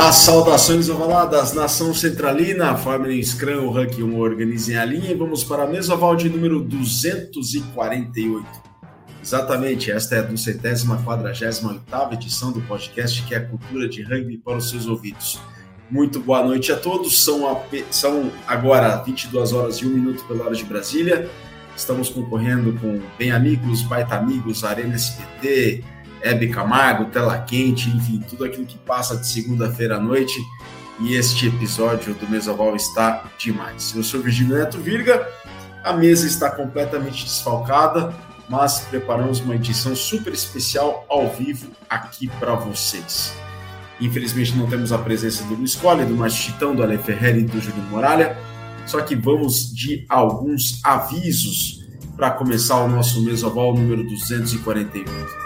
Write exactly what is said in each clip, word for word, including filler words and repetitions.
As saudações ovaladas, nação centralina, Family Scrum, o Ranking um, organizem a linha e vamos para a mesoval de número duzentos e quarenta e oito. Exatamente, esta é a duzentésima quadragésima oitava edição do podcast que é a cultura de rugby para os seus ouvidos. Muito boa noite a todos, são, a, são agora vinte e duas horas e um minuto pela hora de Brasília. Estamos concorrendo com Bem Amigos, Baita Amigos, Arena S B T, Hebe Camargo, Tela Quente, enfim, tudo aquilo que passa de segunda-feira à noite. E este episódio do Mesoval está demais. Eu sou Virgínio Neto Virga, a mesa está completamente desfalcada, mas preparamos uma edição super especial ao vivo aqui para vocês. Infelizmente não temos a presença do Luiz Colli, do Márcio Chitão, do Ale Ferreira e do Júlio Muralha, só que vamos de alguns avisos para começar o nosso Mesoval número duzentos e quarenta e oito.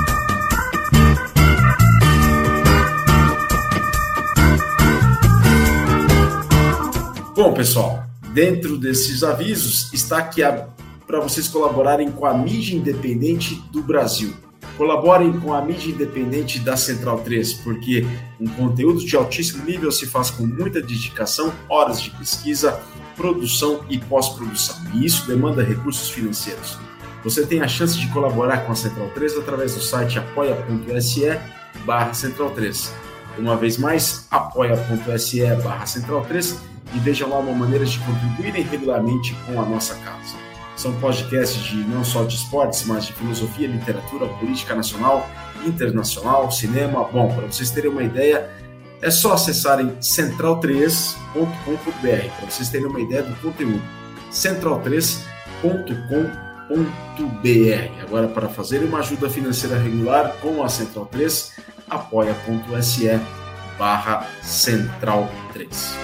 Bom, pessoal, dentro desses avisos está aqui para vocês colaborarem com a mídia independente do Brasil. Colaborem com a mídia independente da Central três, porque um conteúdo de altíssimo nível se faz com muita dedicação, horas de pesquisa, produção e pós-produção. E isso demanda recursos financeiros. Você tem a chance de colaborar com a Central três através do site apoia.se barra Central três. Uma vez mais, apoia.se barra Central três e vejam lá uma maneira de contribuírem regularmente com a nossa casa. São podcasts de não só de esportes, mas de filosofia, literatura, política nacional, internacional, cinema. Bom, para vocês terem uma ideia, é só acessarem central três ponto com ponto b r para vocês terem uma ideia do conteúdo. central três ponto com ponto b r. Agora, para fazer uma ajuda financeira regular com a Central três, apoia.se barra Central três.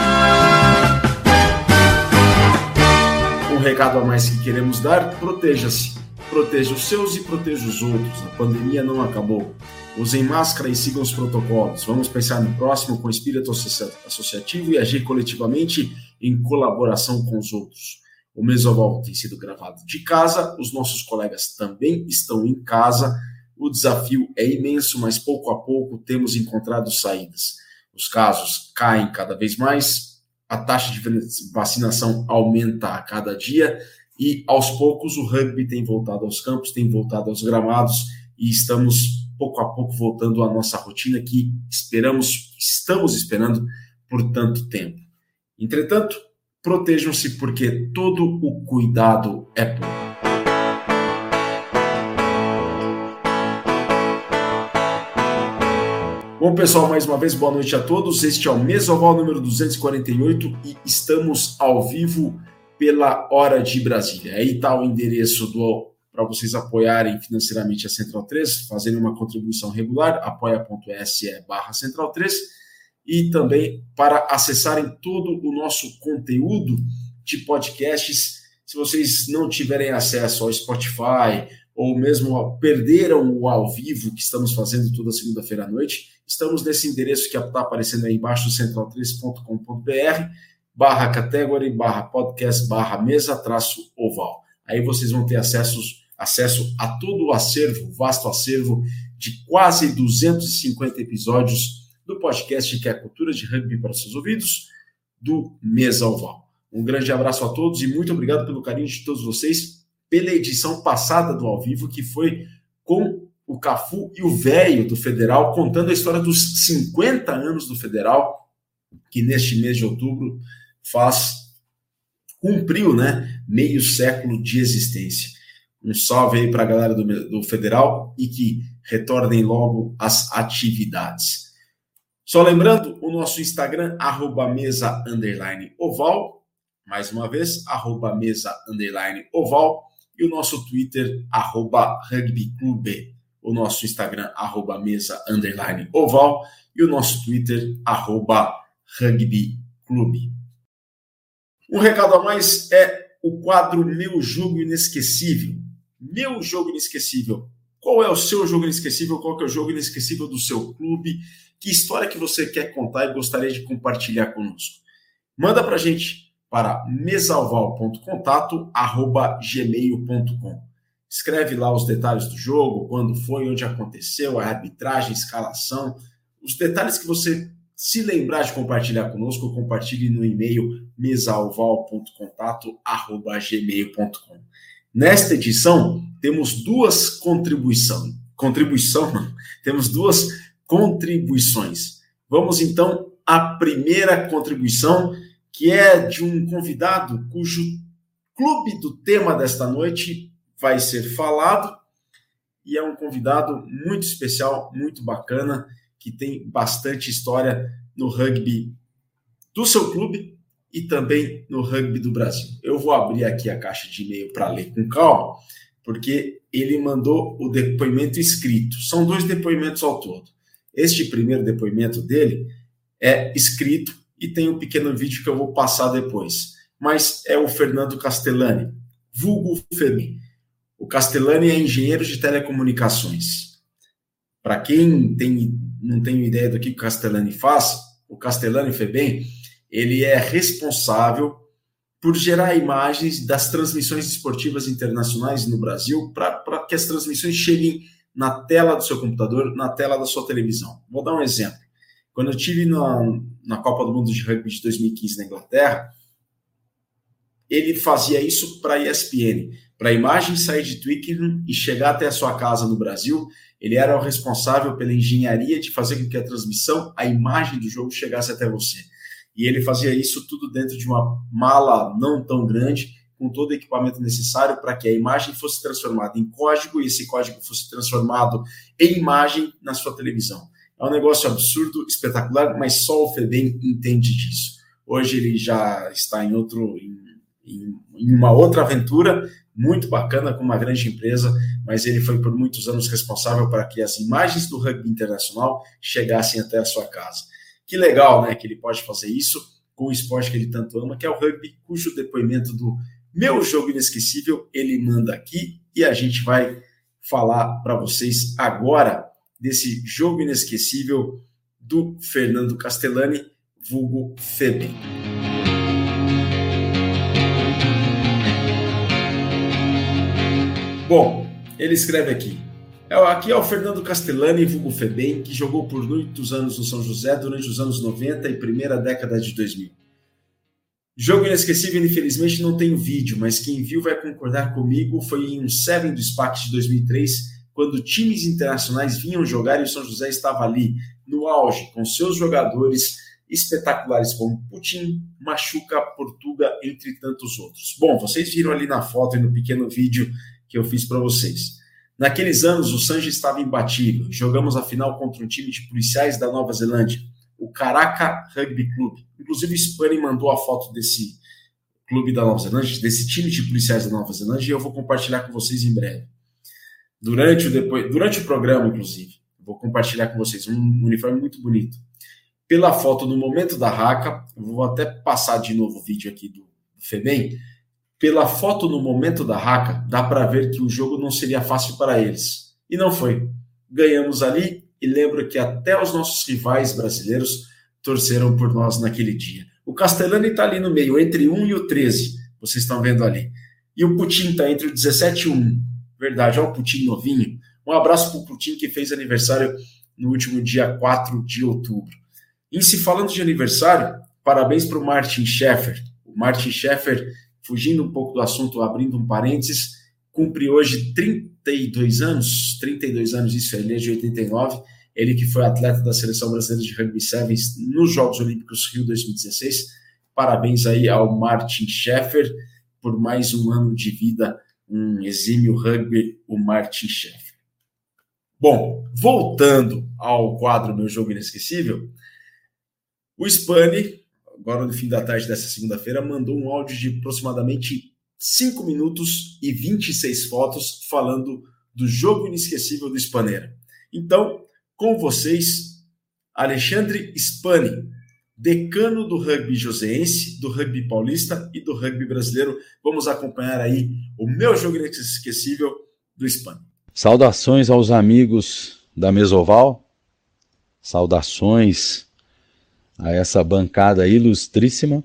Um recado a mais que queremos dar: proteja-se, proteja os seus e proteja os outros. A pandemia não acabou. Usem máscara e sigam os protocolos. Vamos pensar no próximo com espírito associativo e agir coletivamente em colaboração com os outros. O Mesoval tem sido gravado de casa, os nossos colegas também estão em casa. O desafio é imenso, mas pouco a pouco temos encontrado saídas. Os casos caem cada vez mais, a taxa de vacinação aumenta a cada dia e, aos poucos, o rugby tem voltado aos campos, tem voltado aos gramados e estamos, pouco a pouco, voltando à nossa rotina que esperamos, estamos esperando por tanto tempo. Entretanto, protejam-se porque todo o cuidado é pouco. Bom, pessoal, mais uma vez, boa noite a todos. Este é o Mesoval número duzentos e quarenta e oito e estamos ao vivo pela hora de Brasília. Aí está o endereço para vocês apoiarem financeiramente a Central três, fazendo uma contribuição regular, apoia.se barra Central três, e também para acessarem todo o nosso conteúdo de podcasts. Se vocês não tiverem acesso ao Spotify, ou mesmo perderam o ao vivo que estamos fazendo toda segunda-feira à noite, estamos nesse endereço que está aparecendo aí embaixo, central três ponto com ponto b r, barra category, barra podcast, barra mesa, traço oval. Aí vocês vão ter acesso, acesso a todo o acervo, vasto acervo de quase duzentos e cinquenta episódios do podcast que é a cultura de rugby para os seus ouvidos, do Mesa Oval. Um grande abraço a todos e muito obrigado pelo carinho de todos vocês, pela edição passada do Ao Vivo, que foi com o Cafu e o Velho do Federal, contando a história dos cinquenta anos do Federal, que neste mês de outubro faz, cumpriu, né, meio século de existência. Um salve aí para a galera do, do Federal e que retornem logo às atividades. Só lembrando, o nosso Instagram, arroba mesa, underline, oval, mais uma vez, arroba mesa, underline, oval, e o nosso Twitter, arroba rugbyclube. O nosso Instagram, arroba mesa, underline, oval. E o nosso Twitter, arroba rugbyclube. Um recado a mais é o quadro Meu Jogo Inesquecível. Meu Jogo Inesquecível. Qual é o seu jogo inesquecível? Qual que é o jogo inesquecível do seu clube? Que história que você quer contar e gostaria de compartilhar conosco? Manda pra gente para mesalval ponto contato arroba gmail ponto com. Escreve lá os detalhes do jogo, quando foi, onde aconteceu, a arbitragem, a escalação, os detalhes que você se lembrar de compartilhar conosco, compartilhe no e-mail mesaoval ponto contato arroba gmail ponto com. Nesta edição, temos duas contribuições. Contribuição, não. Temos duas contribuições. Vamos, então, à primeira contribuição, que é de um convidado cujo clube do tema desta noite vai ser falado, e é um convidado muito especial, muito bacana, que tem bastante história no rugby do seu clube e também no rugby do Brasil. Eu vou abrir aqui a caixa de e-mail para ler com calma, porque ele mandou o depoimento escrito. São dois depoimentos ao todo. Este primeiro depoimento dele é escrito e tem um pequeno vídeo que eu vou passar depois. Mas é o Fernando Castellani, vulgo Febem. O Castellani é engenheiro de telecomunicações. Para quem tem, não tem ideia do que o Castellani faz, o Castellani Febem, ele é responsável por gerar imagens das transmissões esportivas internacionais no Brasil para que as transmissões cheguem na tela do seu computador, na tela da sua televisão. Vou dar um exemplo. Quando eu estive na, na Copa do Mundo de Rugby de dois mil e quinze na Inglaterra, ele fazia isso para a E S P N, para a imagem sair de Twickenham e chegar até a sua casa no Brasil. Ele era o responsável pela engenharia de fazer com que a transmissão, a imagem do jogo chegasse até você. E ele fazia isso tudo dentro de uma mala não tão grande, com todo o equipamento necessário para que a imagem fosse transformada em código e esse código fosse transformado em imagem na sua televisão. É um negócio absurdo, espetacular, mas só o Febem entende disso. Hoje ele já está em, outro, em, em, em uma outra aventura, muito bacana, com uma grande empresa, mas ele foi por muitos anos responsável para que as imagens do rugby internacional chegassem até a sua casa. Que legal, né, que ele pode fazer isso com o esporte que ele tanto ama, que é o rugby, cujo depoimento do meu jogo inesquecível ele manda aqui, e a gente vai falar para vocês agora desse jogo inesquecível do Fernando Castellani, vulgo Febem. Bom, ele escreve aqui. Aqui é o Fernando Castellani, vulgo Febem, que jogou por muitos anos no São José durante os anos noventa e primeira década de dois mil. Jogo inesquecível, infelizmente, não tem vídeo, mas quem viu vai concordar comigo. Foi em um Seven do SPAC de dois mil e três, quando times internacionais vinham jogar e o São José estava ali, no auge, com seus jogadores espetaculares como Putin, Machuca, Portuga, entre tantos outros. Bom, vocês viram ali na foto e no pequeno vídeo que eu fiz para vocês. Naqueles anos, o Sanji estava imbatível. Jogamos a final contra um time de policiais da Nova Zelândia, o Karaka Rugby Club. Inclusive, o Spani mandou a foto desse clube da Nova Zelândia, desse time de policiais da Nova Zelândia, e eu vou compartilhar com vocês em breve. Durante o, depois, durante o programa, inclusive, vou compartilhar com vocês um uniforme muito bonito. Pela foto no momento da Haka, vou até passar de novo o vídeo aqui do, do Febem. Pela foto no momento da Haka, dá para ver que o jogo não seria fácil para eles. E não foi. Ganhamos ali, e lembro que até os nossos rivais brasileiros torceram por nós naquele dia. O Castellani está ali no meio, entre um e o treze, vocês estão vendo ali. E o Putin está entre o dezessete e o um. Verdade, olha o Putin novinho. Um abraço para o Putin, que fez aniversário no último dia quatro de outubro. Em se falando de aniversário, parabéns para o Martin Scheffer. O Martin Scheffer, fugindo um pouco do assunto, abrindo um parênteses, cumpre hoje trinta e dois anos, trinta e dois anos, isso, ele é de oitenta e nove, ele que foi atleta da Seleção Brasileira de Rugby Sevens nos Jogos Olímpicos Rio dois mil e dezesseis. Parabéns aí ao Martin Scheffer por mais um ano de vida, um exímio rugby, o Martin Scheffer. Bom, voltando ao quadro Meu Jogo Inesquecível, o Spani, agora no fim da tarde dessa segunda-feira, mandou um áudio de aproximadamente cinco minutos e vinte e seis fotos falando do jogo inesquecível do Spaneira. Então, com vocês, Alexandre Spani, decano do rugby joseense, do rugby paulista e do rugby brasileiro. Vamos acompanhar aí o meu jogo inesquecível do Spani. Saudações aos amigos da Mesoval, saudações a essa bancada ilustríssima.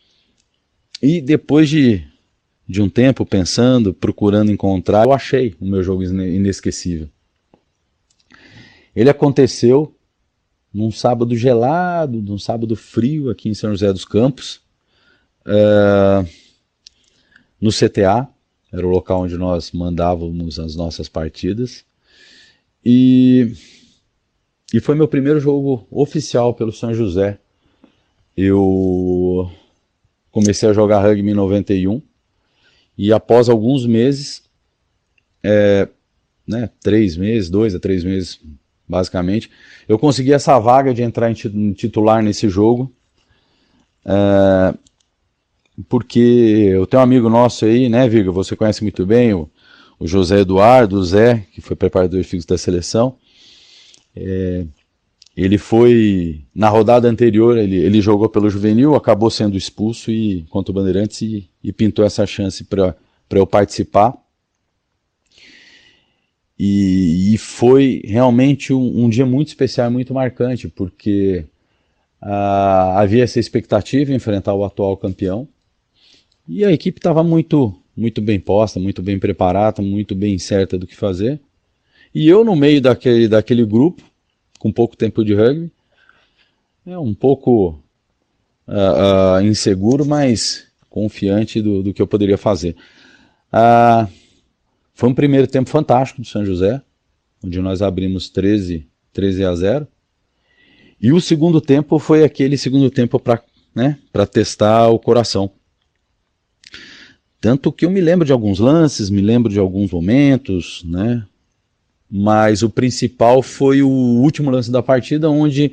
E depois de, de um tempo pensando, procurando encontrar, eu achei o meu jogo inesquecível. Ele aconteceu num sábado gelado, num sábado frio aqui em São José dos Campos, uh, no C T A, era o local onde nós mandávamos as nossas partidas, e, e foi meu primeiro jogo oficial pelo São José. Eu comecei a jogar rugby em noventa e um, e após alguns meses, é, né, três meses, dois a três meses basicamente, eu consegui essa vaga de entrar em titular nesse jogo, é, porque eu tenho um amigo nosso aí, né, Viga, você conhece muito bem, o, o José Eduardo, o Zé, que foi preparador fixo da seleção. É, ele foi, na rodada anterior, ele, ele jogou pelo juvenil, acabou sendo expulso e, contra o Bandeirantes e, e pintou essa chance para eu participar. E, e foi realmente um, um dia muito especial, muito marcante, porque ah, havia essa expectativa de enfrentar o atual campeão, e a equipe estava muito, muito bem posta, muito bem preparada, muito bem certa do que fazer. E eu, no meio daquele, daquele grupo, com pouco tempo de rugby, é um pouco uh, uh, inseguro, mas confiante do, do que eu poderia fazer. Uh, foi um primeiro tempo fantástico do São José, onde nós abrimos treze a zero. E o segundo tempo foi aquele segundo tempo para, né, para testar o coração. Tanto que eu me lembro de alguns lances, me lembro de alguns momentos, né? Mas o principal foi o último lance da partida, onde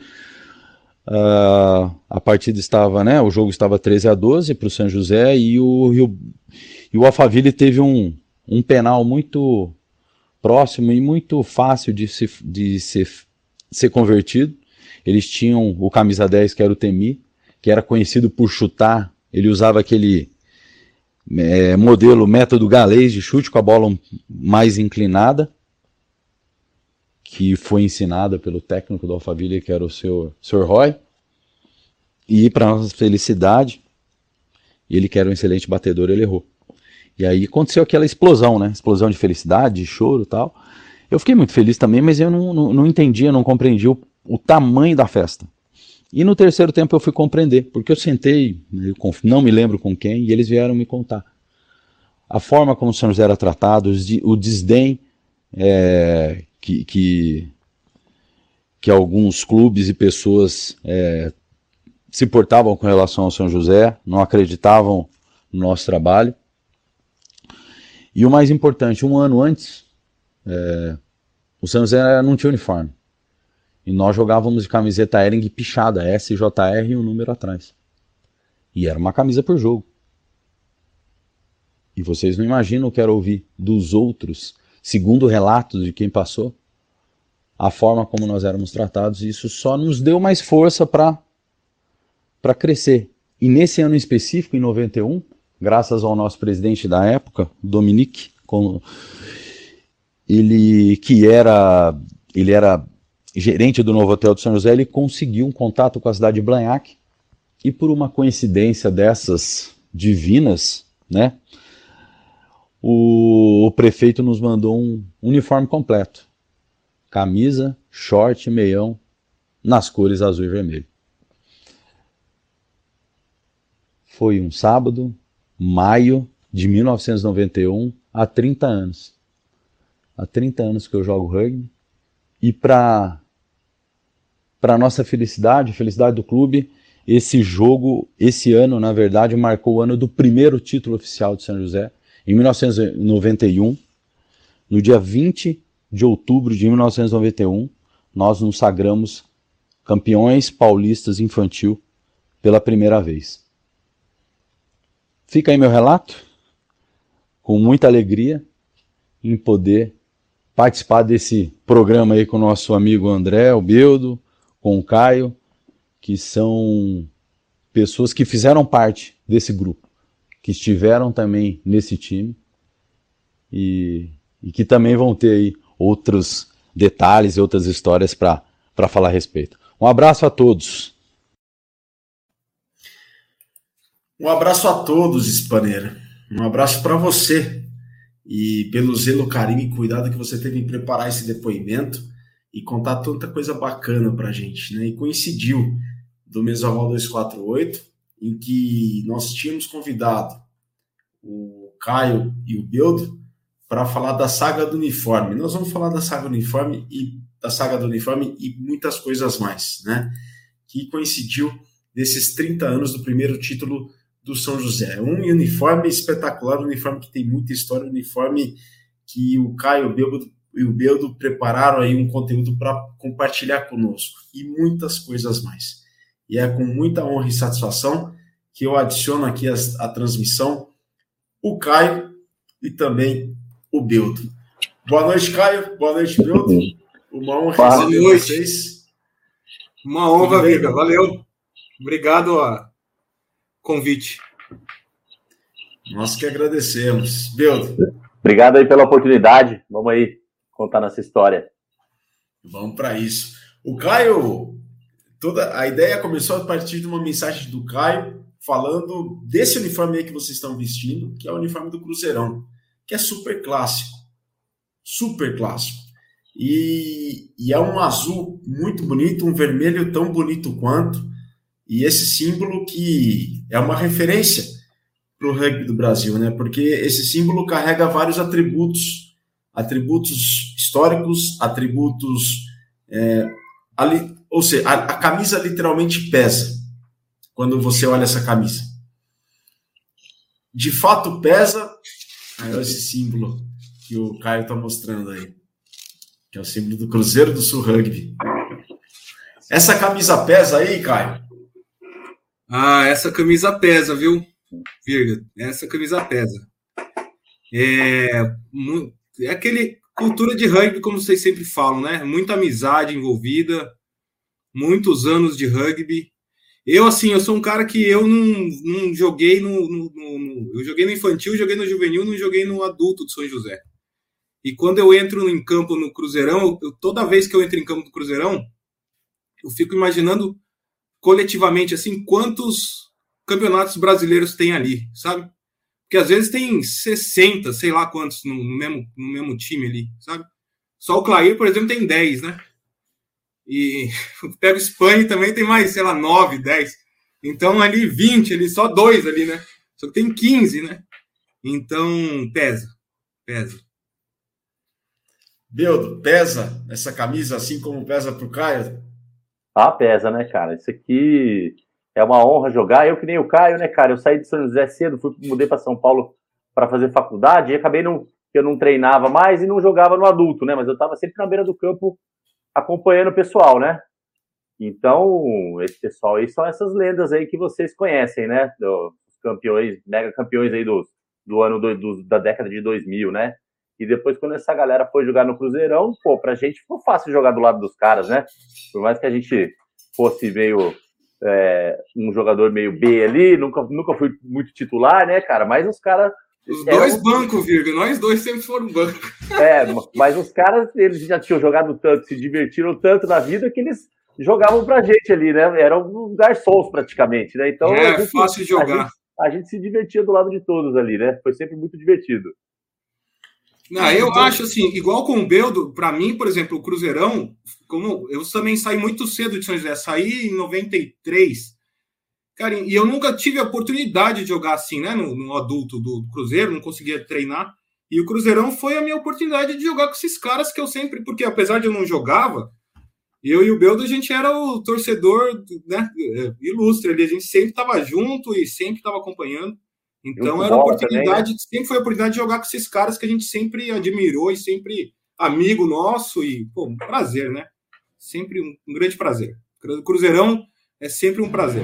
uh, a partida estava, né? O jogo estava treze a doze para o São José, e o, e o, e o Alphaville teve um, um penal muito próximo e muito fácil de, se, de ser, ser convertido. Eles tinham o camisa dez, que era o Temi, que era conhecido por chutar. Ele usava aquele é, modelo método galês de chute com a bola mais inclinada, que foi ensinada pelo técnico do Alphaville, que era o seu senhor Roy. E para nossa felicidade, ele que era um excelente batedor, ele errou. E aí aconteceu aquela explosão, né? Explosão de felicidade, de choro e tal. Eu fiquei muito feliz também, mas eu não, não, não entendia, não compreendia o, o tamanho da festa. E no terceiro tempo eu fui compreender, porque eu sentei, eu não me lembro com quem, e eles vieram me contar. A forma como o São José era tratado, o desdém é, que, que, que alguns clubes e pessoas é, se portavam com relação ao São José, não acreditavam no nosso trabalho. E o mais importante, um ano antes, é, o São José não tinha uniforme. E nós jogávamos de camiseta Hering pichada, S J R e um número atrás. E era uma camisa por jogo. E vocês não imaginam o que era ouvir dos outros, segundo relatos de quem passou, a forma como nós éramos tratados. E isso só nos deu mais força para para crescer. E nesse ano específico, em noventa e um, graças ao nosso presidente da época, Dominique, com, ele que era, ele era gerente do novo hotel do São José, ele conseguiu um contato com a cidade de Blagnac, e por uma coincidência dessas divinas, né, o, o prefeito nos mandou um uniforme completo, camisa, short, meião, nas cores azul e vermelho. Foi um sábado, maio de mil novecentos e noventa e um, há trinta anos. Há trinta anos que eu jogo rugby. E para para nossa felicidade, felicidade do clube, esse jogo, esse ano, na verdade, marcou o ano do primeiro título oficial de São José. Em mil novecentos e noventa e um, no dia vinte de outubro de mil novecentos e noventa e um, nós nos sagramos campeões paulistas infantil pela primeira vez. Fica aí meu relato, com muita alegria em poder participar desse programa aí com o nosso amigo André, o Beldo, com o Caio, que são pessoas que fizeram parte desse grupo, que estiveram também nesse time e, e que também vão ter aí outros detalhes e outras histórias para para falar a respeito. Um abraço a todos. Um abraço a todos, Spaneira. Um abraço para você. E pelo zelo, carinho e cuidado que você teve em preparar esse depoimento. e contar tanta coisa bacana para a gente, né? E coincidiu do Mesoval duzentos e quarenta e oito, em que nós tínhamos convidado o Caio e o Beldo para falar da saga do uniforme. Nós vamos falar da saga do uniforme e da saga do uniforme e muitas coisas mais, né? Que coincidiu desses trinta anos do primeiro título do São José. Um uniforme espetacular, um uniforme que tem muita história, um uniforme que o Caio o Beldo, e o Beldo prepararam aí um conteúdo para compartilhar conosco e muitas coisas mais. E é com muita honra e satisfação que eu adiciono aqui a, a transmissão o Caio e também o Beldo. Boa noite, Caio. Boa noite, Beldo. Uma honra receber vocês. Uma honra, Viga. Valeu. Obrigado ao convite. Nós que agradecemos. Beldo. Obrigado aí pela oportunidade. Vamos aí contar nossa história. Vamos para isso. O Caio, toda a ideia começou a partir de uma mensagem do Caio falando desse uniforme aí que vocês estão vestindo, que é o uniforme do Cruzeirão, que é super clássico. Super clássico. E, e é um azul muito bonito, um vermelho tão bonito quanto, e esse símbolo que é uma referência para o rugby do Brasil, né? Porque esse símbolo carrega vários atributos, atributos históricos, atributos... É, ali, ou seja, a, a camisa literalmente pesa quando você olha essa camisa. De fato pesa, aí é esse símbolo que o Caio está mostrando aí, que é o símbolo do Cruzeiro do Sul Rugby. Essa camisa pesa aí, Caio? Ah, essa camisa pesa, viu, Virga? Essa camisa pesa. É, é aquele cultura de rugby, como vocês sempre falam, né? Muita amizade envolvida, muitos anos de rugby. Eu, assim, eu sou um cara que eu não, não joguei no, no, no... Eu joguei no infantil, joguei no juvenil, não joguei no adulto de São José. E quando eu entro em campo no Cruzeirão, eu, toda vez que eu entro em campo do Cruzeirão, eu fico imaginando coletivamente, assim, quantos campeonatos brasileiros tem ali, sabe? Porque às vezes tem sessenta, sei lá quantos no, no, mesmo, no mesmo time ali, sabe? Só o Clair, por exemplo, tem dez, né? E pega o Espanha também tem mais, sei lá, nove, dez. Então ali vinte, ali, só dois ali, né? Só que tem quinze, né? Então pesa, pesa. Beldo, pesa essa camisa assim como pesa pro Caio? Ah, pesa, né, cara? Isso aqui é uma honra jogar. Eu que nem o Caio, né, cara? Eu saí de São José cedo, fui, mudei para São Paulo para fazer faculdade e acabei não, eu não treinava mais e não jogava no adulto, né? Mas eu estava sempre na beira do campo acompanhando o pessoal, né? Então, esse pessoal aí são essas lendas aí que vocês conhecem, né? Os campeões, mega campeões aí do, do ano do, do, da década de dois mil, né? E depois, quando essa galera foi jogar no Cruzeirão, pô, pra gente ficou fácil jogar do lado dos caras, né? Por mais que a gente fosse meio é, um jogador meio B ali, nunca, nunca fui muito titular, né, cara? Mas os caras... Os dois eram... bancos, Virga, nós dois sempre foram banco. É, mas os caras, eles já tinham jogado tanto, se divertiram tanto na vida que eles jogavam pra gente ali, né? Eram garçons praticamente, né? Então, é, gente, fácil de jogar. A gente, a gente se divertia do lado de todos ali, né? Foi sempre muito divertido. Não, eu então... acho assim, igual com o Beldo, para mim, por exemplo, o Cruzeirão, como eu também saí muito cedo de São José, saí em noventa e três, cara, e eu nunca tive a oportunidade de jogar assim, né, no, no adulto do Cruzeiro, não conseguia treinar, e o Cruzeirão foi a minha oportunidade de jogar com esses caras que eu sempre, porque apesar de eu não jogava, eu e o Beldo, a gente era o torcedor, né, ilustre ali, a gente sempre estava junto e sempre estava acompanhando. Então era a oportunidade, também, né? Sempre foi a oportunidade de jogar com esses caras que a gente sempre admirou e sempre amigo nosso e, pô, um prazer, né? Sempre um, um grande prazer. Cruzeirão é sempre um prazer.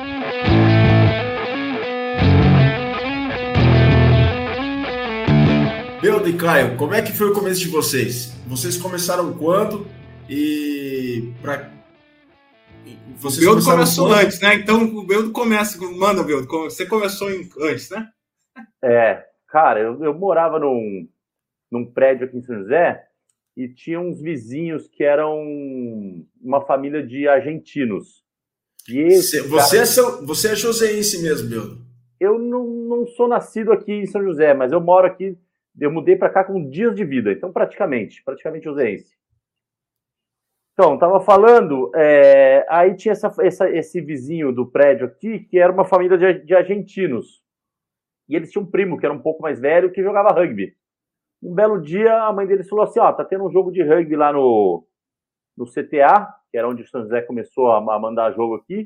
Beldo e Caio, como é que foi o começo de vocês? Vocês começaram quando? E para Vocês o Beldo começou quando? Antes, né? Então o Beldo começa. Manda, Beldo. Você começou em, antes, né? É, cara, eu, eu morava num, num prédio aqui em São José e tinha uns vizinhos que eram uma família de argentinos. E esse, você, cara, é seu, você é joseense mesmo, Beldo? Eu não, não sou nascido aqui em São José, mas eu moro aqui. Eu mudei para cá com dias de vida, então praticamente, praticamente joseense. Então, tava falando, é, aí tinha essa, essa, esse vizinho do prédio aqui, que era uma família de, de argentinos. E eles tinham um primo, que era um pouco mais velho, que jogava rugby. Um belo dia, a mãe deles falou assim, ó, tá tendo um jogo de rugby lá no, no C T A, que era onde o São José começou a, a mandar jogo aqui,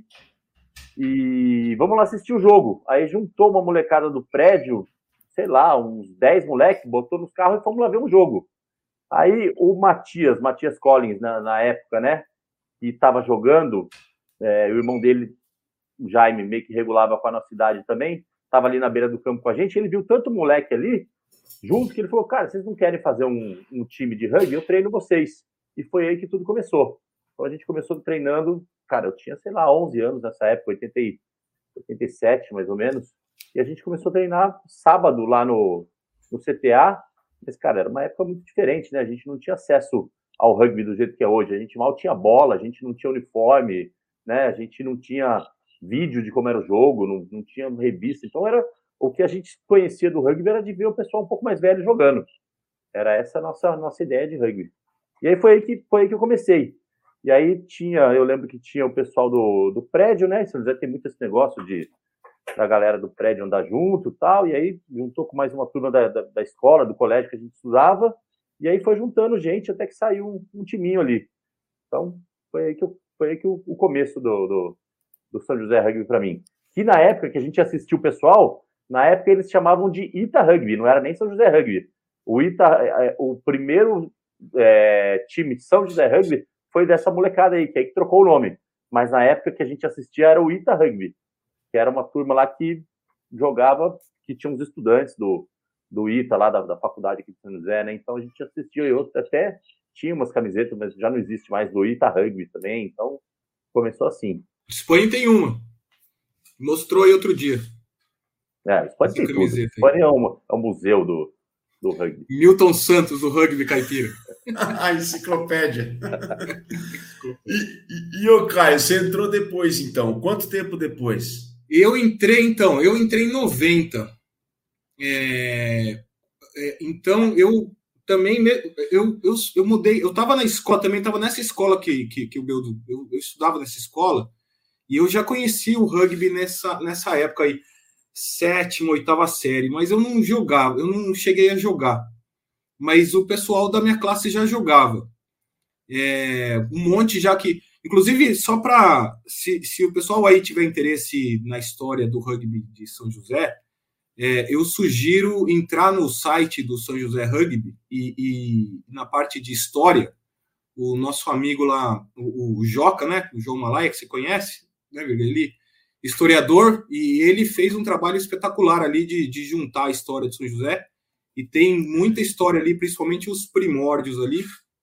e vamos lá assistir o jogo. Aí juntou uma molecada do prédio, sei lá, uns dez moleques, botou nos carros e fomos lá ver um jogo. Aí o Matias, Matias Collins, na, na época, né, que estava jogando, é, o irmão dele, o Jaime, meio que regulava com a nossa idade também, estava ali na beira do campo com a gente, ele viu tanto moleque ali, junto, que ele falou, cara, vocês não querem fazer um, um time de rugby? Eu treino vocês. E foi aí que tudo começou. Então a gente começou treinando, cara, eu tinha, sei lá, onze anos nessa época, oitenta, oitenta e sete mais ou menos, e a gente começou a treinar sábado lá no, no C T A. Mas, cara, era uma época muito diferente, né? A gente não tinha acesso ao rugby do jeito que é hoje. A gente mal tinha bola, a gente não tinha uniforme, né? A gente não tinha vídeo de como era o jogo, não, não tinha revista. Então, era o que a gente conhecia do rugby era de ver o pessoal um pouco mais velho jogando. Era essa a nossa, nossa ideia de rugby. E aí foi aí, que, foi aí que eu comecei. E aí tinha, eu lembro que tinha o pessoal do, do prédio, né? São José tem muito esse negócio de da galera do prédio andar junto e tal, e aí juntou com mais uma turma da, da, da escola, do colégio que a gente estudava, e aí foi juntando gente até que saiu um, um timinho ali. Então, foi aí que, eu, foi aí que o, o começo do, do, do São José Rugby para mim. Que na época que a gente assistiu o pessoal, na época eles chamavam de Ita Rugby, não era nem São José Rugby. O Ita, o primeiro é, time de São José Rugby foi dessa molecada aí, que aí que trocou o nome. Mas na época que a gente assistia era o Ita Rugby, que era uma turma lá que jogava, que tinha uns estudantes do, do Ita, lá da, da faculdade aqui de São José, né? Então a gente assistia e outros até tinha umas camisetas, mas já não existe mais, do Ita Rugby também, então começou assim. Espanha tem uma. Mostrou aí outro dia. É, Espanha tem tudo. Espanha é um, é um museu do, do rugby. Milton Santos, do rugby caipira. A enciclopédia. e, e, e ô Caio, você entrou depois, então. Quanto tempo depois? Eu entrei, então, eu entrei em noventa. É, é, então, eu também, eu, eu, eu mudei, eu estava na escola, também estava nessa escola que, que, que eu, eu, eu estudava nessa escola, e eu já conheci o rugby nessa, nessa época aí, sétima, oitava série, mas eu não jogava, eu não cheguei a jogar. Mas o pessoal da minha classe já jogava. É, um monte já que... Inclusive, só para... Se, se o pessoal aí tiver interesse na história do rugby de São José, é, eu sugiro entrar no site do São José Rugby e, e na parte de história, o nosso amigo lá, o, o Joca, né? O João Malaya, que você conhece, né? Ele historiador, e ele fez um trabalho espetacular ali de, de juntar a história de São José, e tem muita história ali, principalmente os primórdios ali.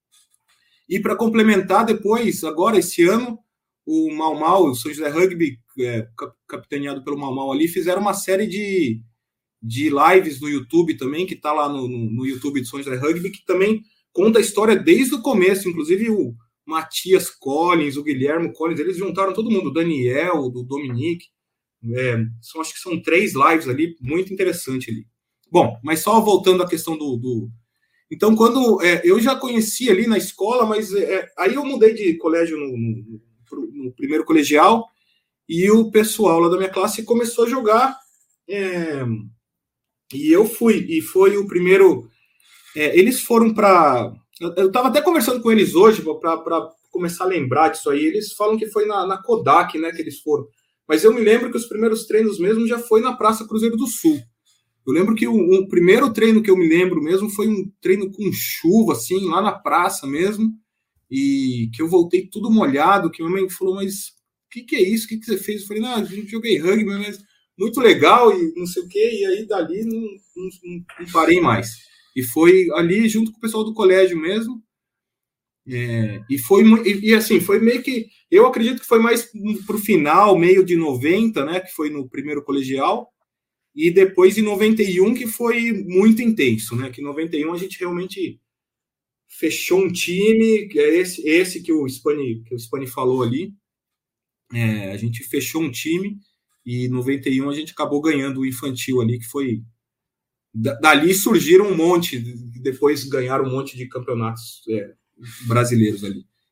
E para complementar, depois, agora, esse ano, o Mau Mau, o São José Rugby, é, capitaneado pelo Mau Mau ali, fizeram uma série de, de lives no YouTube também, que está lá no, no, no YouTube do São José Rugby, que também conta a história desde o começo, inclusive o Matias Collins, o Guilherme Collins, eles juntaram todo mundo, o Daniel, o Dominique, é, são, acho que são três lives ali, muito interessante ali. Bom, mas só voltando à questão do... do Então, quando é, eu já conhecia ali na escola, mas é, aí eu mudei de colégio no, no, no primeiro colegial, e o pessoal lá da minha classe começou a jogar, é, e eu fui, e foi o primeiro... É, eles foram para... Eu estava até conversando com eles hoje, para começar a lembrar disso aí, eles falam que foi na, na Kodak, né, que eles foram, mas eu me lembro que os primeiros treinos mesmo já foi na Praça Cruzeiro do Sul. Eu lembro que o, o primeiro treino que eu me lembro mesmo foi um treino com chuva, assim, lá na praça mesmo, e que eu voltei tudo molhado, que minha mãe falou, mas o que, que é isso? O que, que você fez? Eu falei, não, a gente joguei rugby, mas muito legal, e não sei o quê, e aí dali não, não, não parei mais. E foi ali junto com o pessoal do colégio mesmo, é, e foi e, e assim, foi meio que, eu acredito que foi mais pro final, meio de noventa, né, que foi no primeiro colegial, e depois em noventa e um, que foi muito intenso, né? Que em noventa e um a gente realmente fechou um time, que é esse, esse que o Spani, que o Spani falou ali. É, a gente fechou um time e em noventa e um a gente acabou ganhando o infantil ali, que foi... Dali surgiram um monte, depois ganharam um monte de campeonatos é, brasileiros ali.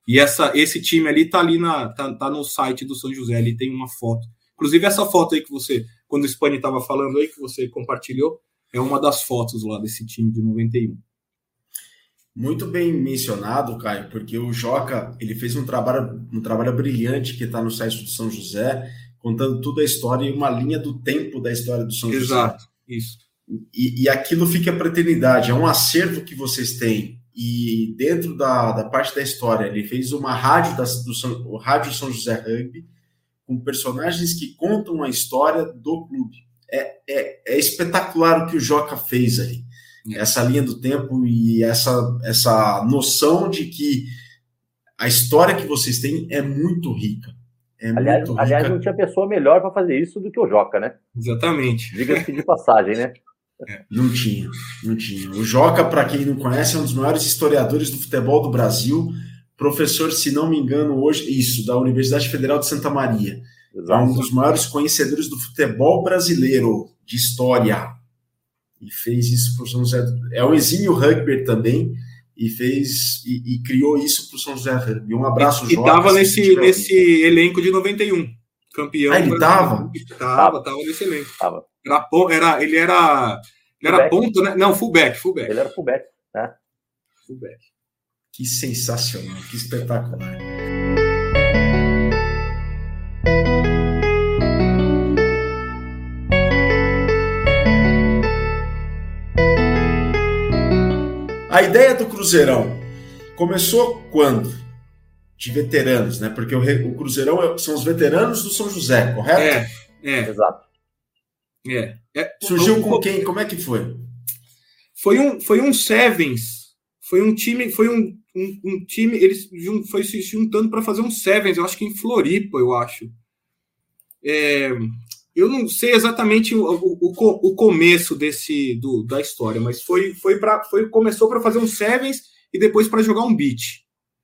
E essa, esse time ali tá ali na, tá, tá no site do São José, ali tem uma foto. Inclusive essa foto aí que você, quando o Spani estava falando aí, que você compartilhou, é uma das fotos lá desse time de noventa e um. Muito bem mencionado, Caio, porque o Joca, ele fez um trabalho, um trabalho brilhante que está no site do São José, contando toda a história e uma linha do tempo da história do São Exato, José. Exato, isso. E, e aquilo fica para a eternidade, é um acervo que vocês têm. E dentro da, da parte da história, ele fez uma rádio, da, do São, o Rádio São José Rugby, com personagens que contam a história do clube. É, é, é espetacular o que o Joca fez aí. Essa linha do tempo e essa, essa noção de que a história que vocês têm é muito rica. É aliás, muito aliás rica. Não tinha pessoa melhor para fazer isso do que o Joca, né? Exatamente. Diga-se de passagem, né? Não tinha, não tinha. O Joca, para quem não conhece, é um dos maiores historiadores do futebol do Brasil, professor, se não me engano, hoje, isso, da Universidade Federal de Santa Maria. Exato. É um dos maiores conhecedores do futebol brasileiro, de história. E fez isso para o São José. É um exímio rugby também, e fez e, e criou isso para o São José Rugby. Um abraço, Joca. E estava nesse, nesse elenco de noventa e um, campeão. Ah, ele estava? Estava, estava nesse elenco. Tava. Era, era, ele era, ele era ponta, né? Não, fullback, fullback. Ele era fullback, né? Fullback. Que sensacional, que espetacular. A ideia do Cruzeirão começou quando? De veteranos, né? Porque o, o Cruzeirão são os veteranos do São José, correto? É, é. Exato. É. é. Surgiu com quem? Como é que foi? Foi um, foi um Sevens. Foi um time, foi um, um, um time, eles foi se juntando para fazer um Sevens, eu acho que em Floripa, eu acho. É, eu não sei exatamente o, o, o começo desse do, da história, mas foi, foi para foi começou para fazer um Sevens e depois para jogar um beach.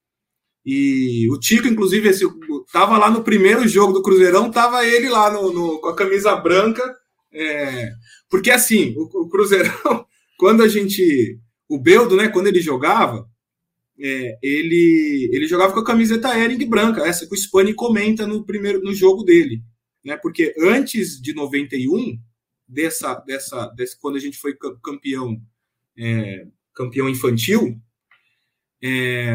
E o Tico, inclusive, esse, tava lá no primeiro jogo do Cruzeirão, tava ele lá no, no, com a camisa branca, é, porque assim, o, o Cruzeirão, quando a gente, o Beldo, né, quando ele jogava, é, ele, ele jogava com a camiseta Hering branca, essa que o Spani comenta no primeiro no jogo dele. Né, porque antes de noventa e um, dessa, dessa, desse, quando a gente foi campeão, é, campeão infantil, é,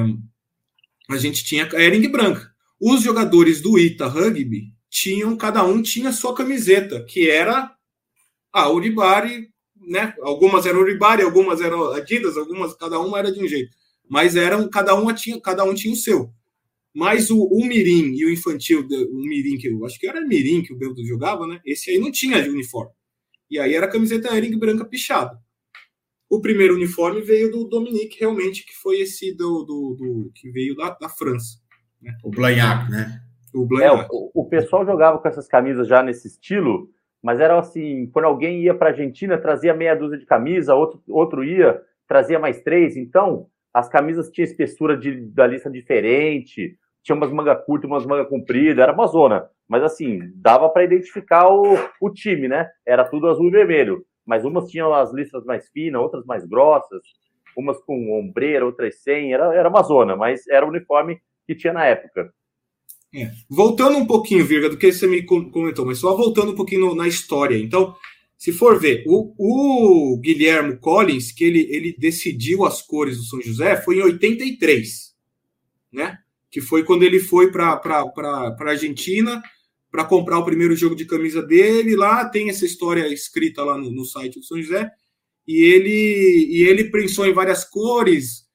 a gente tinha a Hering branca. Os jogadores do Ita Rugby tinham, cada um tinha a sua camiseta, que era a Uribari, né? Algumas eram Uribari, algumas eram Adidas, algumas, cada uma era de um jeito. Mas eram, cada, uma tinha, cada um tinha o seu. Mas o, o Mirim e o infantil, o Mirim, que eu acho que era Mirim que o Beldo jogava, né? Esse aí não tinha de uniforme. E aí era a camiseta Hering branca pichada. O primeiro uniforme veio do Dominique, realmente, que foi esse do, do, do que veio da, da França. Né? O Blagnac, né? O Blagnac. É, o, o pessoal jogava com essas camisas já nesse estilo, mas era assim, quando alguém ia para a Argentina, trazia meia dúzia de camisa, outro, outro ia, trazia mais três. Então, as camisas tinham espessura de, da lista diferente, tinha umas mangas curtas, umas mangas compridas, era uma zona. Mas assim, dava para identificar o, o time, né? Era tudo azul e vermelho. Mas umas tinham as listas mais finas, outras mais grossas, umas com ombreira, outras sem. Era, era uma zona, mas era o uniforme que tinha na época. É. Voltando um pouquinho, Virga, do que você me comentou, mas só voltando um pouquinho no, na história. Então, se for ver, o, o Guilherme Collins, que ele, ele decidiu as cores do São José, foi em oitenta e três, né? Que foi quando ele foi para a Argentina para comprar o primeiro jogo de camisa dele. Lá tem essa história escrita lá no, no site do São José. E ele, e ele pensou em várias cores.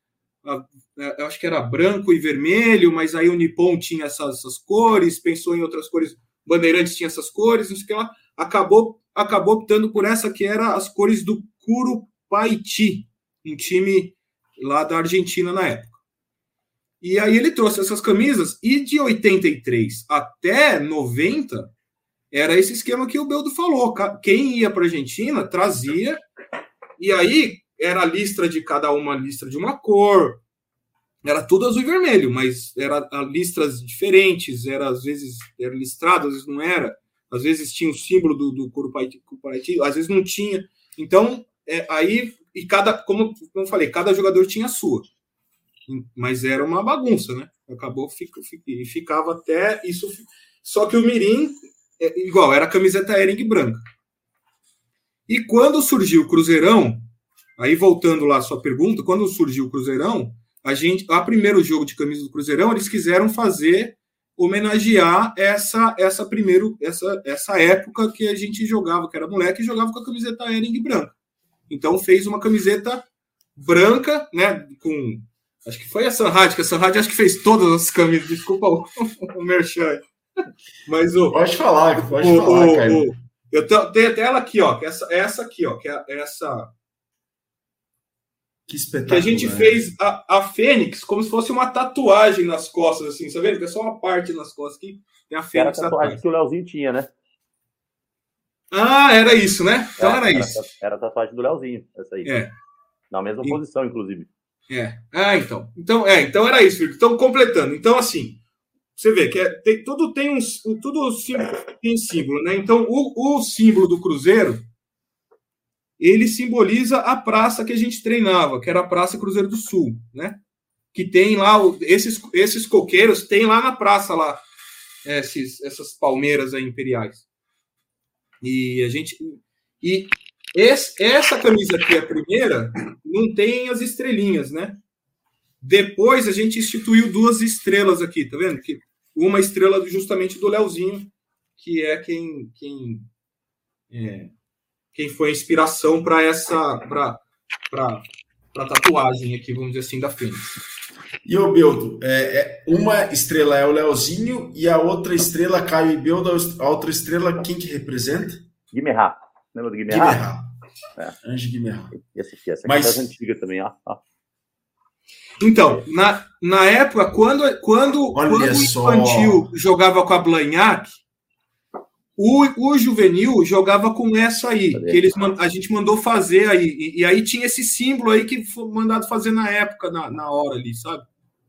Eu acho que era branco e vermelho, mas aí o Nippon tinha essas, essas cores. Pensou em outras cores. Bandeirantes tinha essas cores, não sei o que lá. Acabou, acabou optando por essa que era as cores do Curupaiti, um time lá da Argentina na época. E aí ele trouxe essas camisas, e de oitenta e três até noventa, era esse esquema que o Beldo falou. Quem ia para a Argentina trazia, e aí era a listra de cada uma, listra de uma cor, era tudo azul e vermelho, mas era listras diferentes, era às vezes era listrado, às vezes não era, às vezes tinha o símbolo do, do Curupaiti, às vezes não tinha. Então, é, aí, e cada, como, como eu falei, cada jogador tinha a sua. Mas era uma bagunça, né? Acabou e ficava até isso. Só que o Mirim, é, igual, era a camiseta Hering branca. E quando surgiu o Cruzeirão, aí voltando lá à sua pergunta, quando surgiu o Cruzeirão, a gente, a primeiro jogo de camisa do Cruzeirão, eles quiseram fazer, homenagear essa, essa, primeiro, essa, essa época que a gente jogava, que era moleque, e jogava com a camiseta Hering branca. Então fez uma camiseta branca, né, com... Acho que foi a Sanrad, que a Sanrad acho que fez todas as camisas. Desculpa o, o merchan. Mas o... Pode falar, pode o, falar, o, cara. O, eu tenho até ela aqui, ó. Que essa, essa aqui, ó. Que é essa... Que espetáculo. Que a gente né? fez a, a Fênix como se fosse uma tatuagem nas costas, assim. Tá vendo? Que é só uma parte nas costas aqui. Tem a Fênix. Era a tatuagem atrás. Que o Leozinho tinha, né? Ah, era isso, né? Então era, era isso. Era a tatuagem do Leozinho, essa aí. É. Na mesma e... posição, inclusive. É. Ah, então. Então, é, então era isso, Felipe. Então, completando. Então, assim, você vê que é, tem, tudo tem um, tudo símbolo, tem símbolo, né? Então, o, o símbolo do Cruzeiro, ele simboliza a praça que a gente treinava, que era a Praça Cruzeiro do Sul, né? Que tem lá, esses, esses coqueiros tem lá na praça, lá, esses, essas palmeiras aí imperiais. E a gente... E esse, essa camisa aqui, a primeira, não tem as estrelinhas, né? Depois a gente instituiu duas estrelas aqui, tá vendo? Que uma estrela justamente do Leozinho, que é quem quem, é, quem foi a inspiração para essa para para tatuagem aqui, vamos dizer assim, da Fênix. E o Beldo, é, é, uma estrela é o Leozinho e a outra estrela, Caio e Beldo, a outra estrela, quem que representa? Guimerá. Lembra do Guimerá? Guimerá. É. Anjo Guimerá. Essa aqui, essa aqui Mas... é das antigas também, ó. ó. Então, na, na época, quando, quando, quando o infantil jogava com a Blagnac, o, o juvenil jogava com essa aí, que eles, a gente mandou fazer aí. E, e aí tinha esse símbolo aí que foi mandado fazer na época, na, na hora ali, sabe?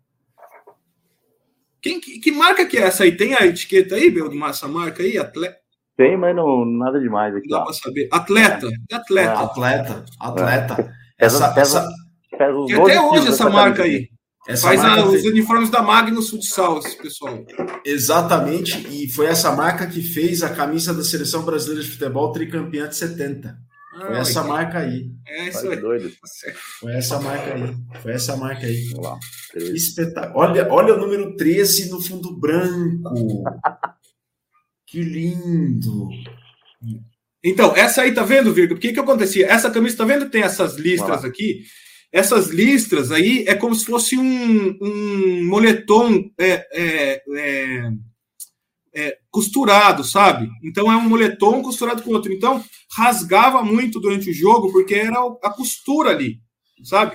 Quem, que, que marca que é essa aí? Tem a etiqueta aí, Beldo, essa marca aí? Atleta? Tem, mas não, nada demais aqui. Não dá pra saber. Atleta. É. Atleta. É, atleta. Atleta. É. Essa, essa, e até hoje essa marca aí. Essa Faz marca a, os fez... uniformes da Magnus Futsal, esse pessoal. Exatamente. E foi essa marca que fez a camisa da Seleção Brasileira de Futebol tricampeã de setenta. Ah, foi essa que... marca aí. É isso aí. Doido. Foi essa marca aí. Foi essa marca aí. Vamos lá. Espetacular. Olha, olha o número treze no fundo branco. Que lindo. Então, essa aí, tá vendo, Virgo? O que que acontecia? Essa camisa, tá vendo? Tem essas listras aqui. Essas listras aí é como se fosse um, um moletom é, é, é, é, costurado, sabe? Então é um moletom costurado com outro. Então rasgava muito durante o jogo porque era a costura ali, sabe?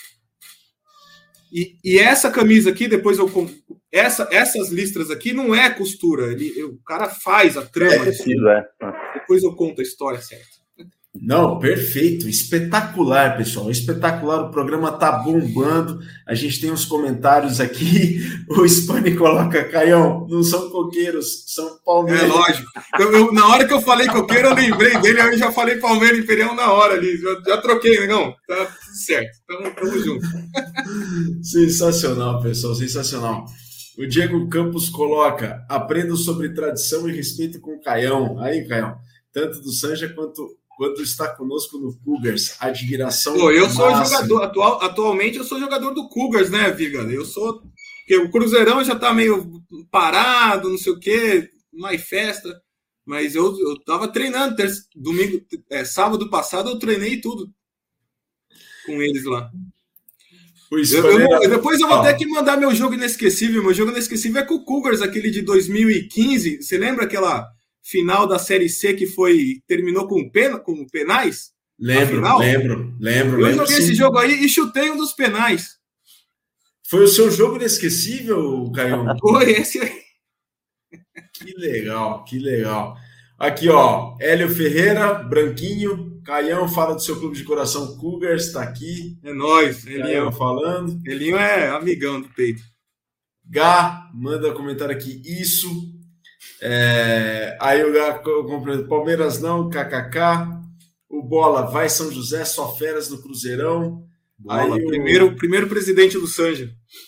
E, e essa camisa aqui, depois eu essa, essas listras aqui não é costura. Ele, o cara faz a trama. É, tecido, é. Depois eu conto a história certa. Não, perfeito, espetacular, pessoal, espetacular, o programa tá bombando, a gente tem uns comentários aqui, o Spani coloca, Caião, não são coqueiros, são Palmeiras. É lógico, eu, eu, na hora que eu falei coqueiro, eu lembrei dele, eu já falei Palmeiras Imperial na hora ali, já, já troquei, negão, tá tudo certo, tamo, tamo junto. Sensacional, pessoal, sensacional. O Diego Campos coloca, aprendo sobre tradição e respeito com o Caião, aí, Caião, tanto do Sanja quanto... quando está conosco no Cougars, admiração. Pô, eu sou máxima. jogador, atual, atualmente eu sou jogador do Cougars, né, Viga? Eu sou, porque o Cruzeirão já tá meio parado, não sei o quê, mais festa, mas eu, eu tava treinando, ter, domingo, é, sábado passado eu treinei tudo com eles lá. Eu, eu, depois eu vou oh. ter que mandar meu jogo inesquecível, meu jogo inesquecível é com o Cougars, aquele de dois mil e quinze, você lembra aquela... final da Série C que foi terminou com, pena, com penais? Lembro, lembro, lembro. Eu lembro, joguei sim. esse jogo aí e chutei um dos penais. Foi o seu jogo inesquecível, Caião? Foi esse aí. Que legal, que legal. Aqui, ó, Hélio Ferreira, Branquinho, Caião fala do seu clube de coração Cougars, tá aqui. É nóis, Elinho falando. Elinho é amigão do peito. Gá, manda comentário aqui, isso... É, aí o Gato compreende, Palmeiras não, kkk. O Bola vai São José, só feras no Cruzeirão. Bola, aí primeiro, o... primeiro presidente do Sanja.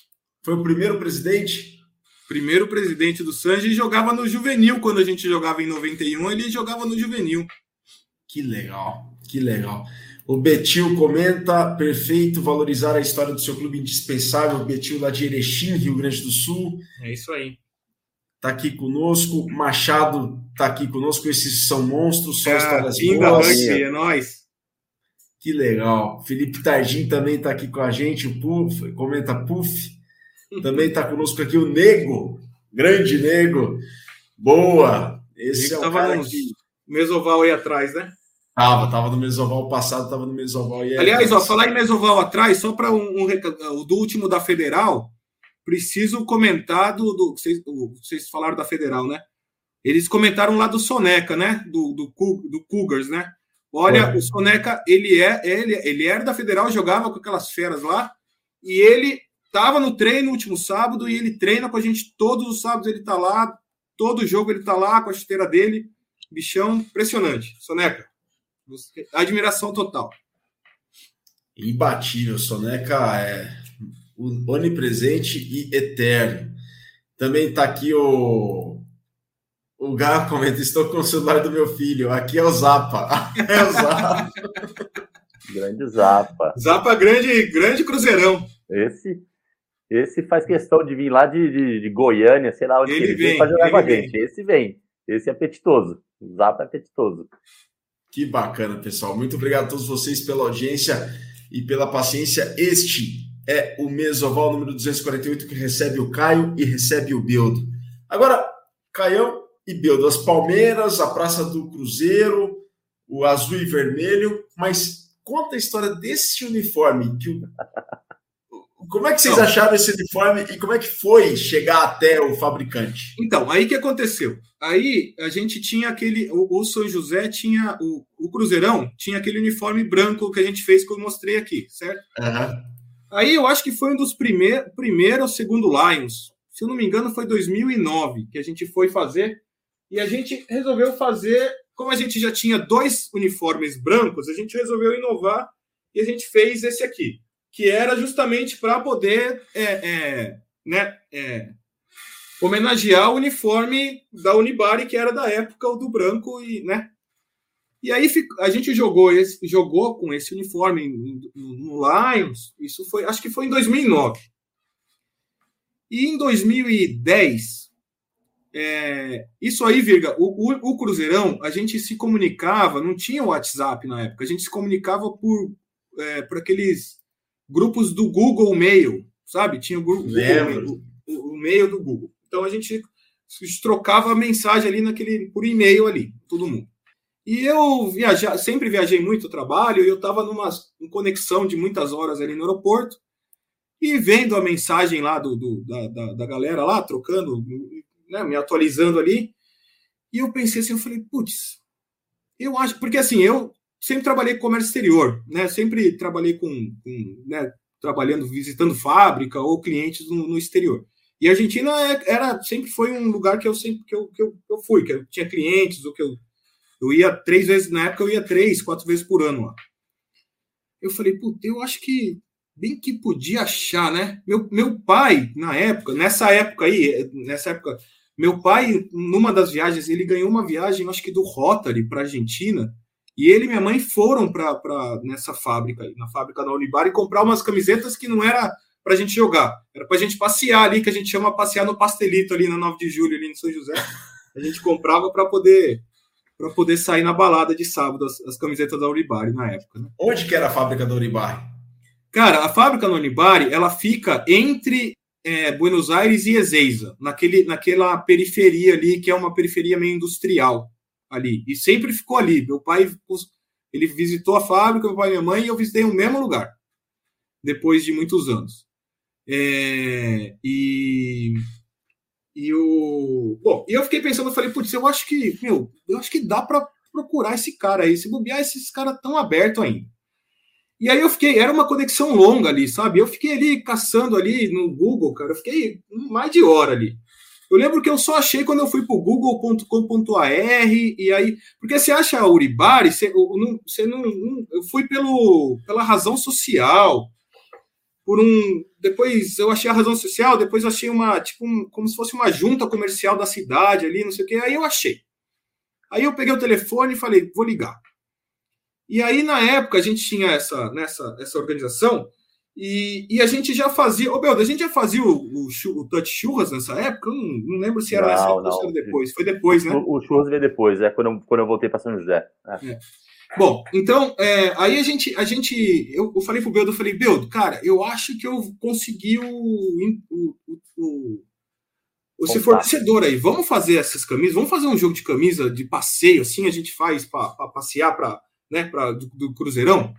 Foi o primeiro presidente? Primeiro presidente do Sanji e jogava no juvenil. Quando a gente jogava em noventa e um, ele jogava no juvenil. Que legal, que legal. O Betil comenta, perfeito, valorizar a história do seu clube indispensável, o Betil lá de Erechim, Rio Grande do Sul. É isso aí. Tá aqui conosco, Machado tá aqui conosco, esses são monstros, só é, histórias pinga boas. Rugby, é nóis. Que legal. Felipe Tardim também tá aqui com a gente, o Puff, comenta Puff. Também tá conosco aqui o Nego, grande Nego. Boa. Esse é o tava cara nos que... Mesoval aí atrás, né? Tava, tava no Mesoval passado, tava no Mesoval. E Aliás, ó, falar em Mesoval atrás, só para um, um do último da Federal, preciso comentar do, do vocês, vocês falaram da Federal, né? Eles comentaram lá do Soneca, né? Do, do, do Cougars, né? Olha, é. O Soneca, ele é, ele, ele era da Federal, jogava com aquelas feras lá, e ele tava no treino no último sábado, e ele treina com a gente todos os sábados, ele tá lá, todo jogo ele tá lá com a chuteira dele, bichão, impressionante. Soneca, admiração total. Imbatível, Soneca é onipresente e eterno. Também está aqui o o Gá comenta, estou com o celular do meu filho, aqui é o Zapa. É o Zapa. Grande Zapa. Zapa grande, grande cruzeirão. Esse, esse faz questão de vir lá de, de, de Goiânia, sei lá onde ele, ele vem, vem para jogar com a vem. gente. Esse vem. Esse é apetitoso. O Zapa é apetitoso. Que bacana, pessoal. Muito obrigado a todos vocês pela audiência e pela paciência. Este é o Mesoval número duzentos e quarenta e oito, que recebe o Caio e recebe o Bildo. Agora, Caião e Bildo, as Palmeiras, a Praça do Cruzeiro, o azul e vermelho, mas conta a história desse uniforme. Que o... Como é que vocês Não. acharam esse uniforme e como é que foi chegar até o fabricante? Então, aí que aconteceu? Aí a gente tinha aquele, o, o São José tinha, o, o Cruzeirão tinha aquele uniforme branco que a gente fez, que eu mostrei aqui, certo? Uhum. Aí eu acho que foi um dos primeiros, primeiro ou segundo Lions, se eu não me engano foi dois mil e nove, que a gente foi fazer, e a gente resolveu fazer, como a gente já tinha dois uniformes brancos, a gente resolveu inovar e a gente fez esse aqui, que era justamente para poder é, é, né, é, homenagear o uniforme da Unibari, que era da época, o do branco, e, né? E aí a gente jogou, esse, jogou com esse uniforme no, no Lions, isso foi, acho que foi em dois mil e nove. E em dois mil e dez, é, isso aí, Virga, o, o, o Cruzeirão, a gente se comunicava, não tinha WhatsApp na época, a gente se comunicava por, é, por aqueles grupos do Google Mail, sabe? Tinha o, grupo, Google, o, o Mail do Google. Então a gente trocava a mensagem ali naquele, por e-mail ali, todo mundo. E eu viaja, sempre viajei muito trabalho, e eu estava numa em conexão de muitas horas ali no aeroporto, e vendo a mensagem lá do, do, da, da, da galera lá, trocando, né, me atualizando ali, e eu pensei assim, eu falei, putz, eu acho, porque assim, eu sempre trabalhei com comércio exterior, né, sempre trabalhei com, com né, trabalhando, visitando fábrica ou clientes no, no exterior. E a Argentina era, sempre foi um lugar que eu sempre que eu, que eu, que eu fui, que eu tinha clientes, ou que eu, eu ia três vezes, na época eu ia três, quatro vezes por ano lá. Eu falei, puta, eu acho que bem que podia achar, né? Meu, meu pai, na época, nessa época aí, nessa época, meu pai, numa das viagens, ele ganhou uma viagem, acho que do Rotary para a Argentina, e ele e minha mãe foram para nessa fábrica aí, na fábrica da Unibari, comprar umas camisetas que não era pra gente jogar, era pra gente passear ali, que a gente chama passear no Pastelito ali na nove de julho, ali no São José. A gente comprava para poder para poder sair na balada de sábado, as, as camisetas da Unibari na época, né? Onde que era a fábrica da Unibari? Cara, a fábrica da Unibari, ela fica entre é, Buenos Aires e Ezeiza, naquele, naquela periferia ali, que é uma periferia meio industrial ali, e sempre ficou ali. Meu pai, ele visitou a fábrica, meu pai e minha mãe, e eu visitei o mesmo lugar, depois de muitos anos. É, e, e o bom, e eu fiquei pensando, eu falei, putz, eu acho que, meu, eu acho que dá para procurar esse cara aí, se bobear, esses caras tão abertos ainda. E aí eu fiquei, era uma conexão longa ali, sabe? Eu fiquei ali caçando ali no Google, cara, eu fiquei mais de hora ali. Eu lembro que eu só achei quando eu fui pro google ponto com ponto a r, e aí, porque você acha a Unibari, você não, você não, não, eu fui pelo, pela razão social. por um... Depois eu achei a razão social, depois eu achei uma, tipo, um, como se fosse uma junta comercial da cidade ali, não sei o quê, aí eu achei. Aí eu peguei o telefone e falei, vou ligar. E aí, na época, a gente tinha essa, nessa, essa organização e, e a gente já fazia... Ô, Beldo, a gente já fazia o, o, o Touch Churras nessa época? Eu não, não lembro se era não, nessa época não. ou se era depois. Foi depois, né? O, o Churras veio depois, é quando eu, quando eu voltei para São José. É. É. Bom, então, é, aí a gente... A gente eu, eu falei pro Beldo, eu falei, Beldo, cara, eu acho que eu consegui o... o, o, o esse fornecedor aí. Vamos fazer essas camisas? Vamos fazer um jogo de camisa de passeio, assim, a gente faz para passear para... Né, pra, do, do Cruzeirão,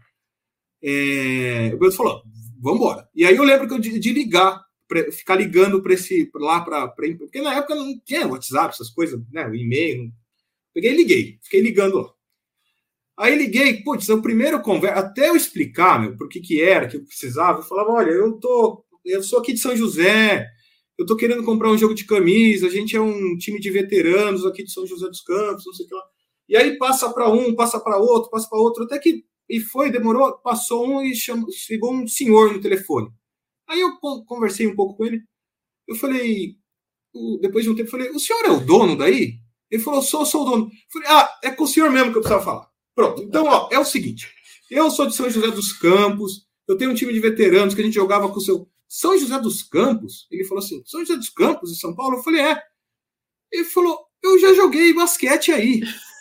é, o Beldo falou, vamos embora. E aí eu lembro que eu de, de ligar, pra, ficar ligando para esse lá para, porque na época não tinha WhatsApp, essas coisas, né, o e-mail. Não, peguei e liguei, fiquei ligando lá. Aí liguei, putz, o primeiro conversa, até eu explicar, meu, por que que era, que eu precisava, eu falava, olha, eu tô, eu sou aqui de São José, eu tô querendo comprar um jogo de camisa, a gente é um time de veteranos aqui de São José dos Campos, não sei o que lá. E aí passa para um, passa para outro, passa para outro, até que e foi, demorou, passou um e chamou, chegou um senhor no telefone. Aí eu conversei um pouco com ele, eu falei, depois de um tempo, eu falei, o senhor é o dono daí? Ele falou, sou, sou o dono. Eu falei, ah, é com o senhor mesmo que eu precisava falar. Pronto, então, ó, é o seguinte, eu sou de São José dos Campos, eu tenho um time de veteranos que a gente jogava com o seu... São José dos Campos? Ele falou assim, São José dos Campos, em São Paulo? Eu falei, é. Ele falou, eu já joguei basquete aí.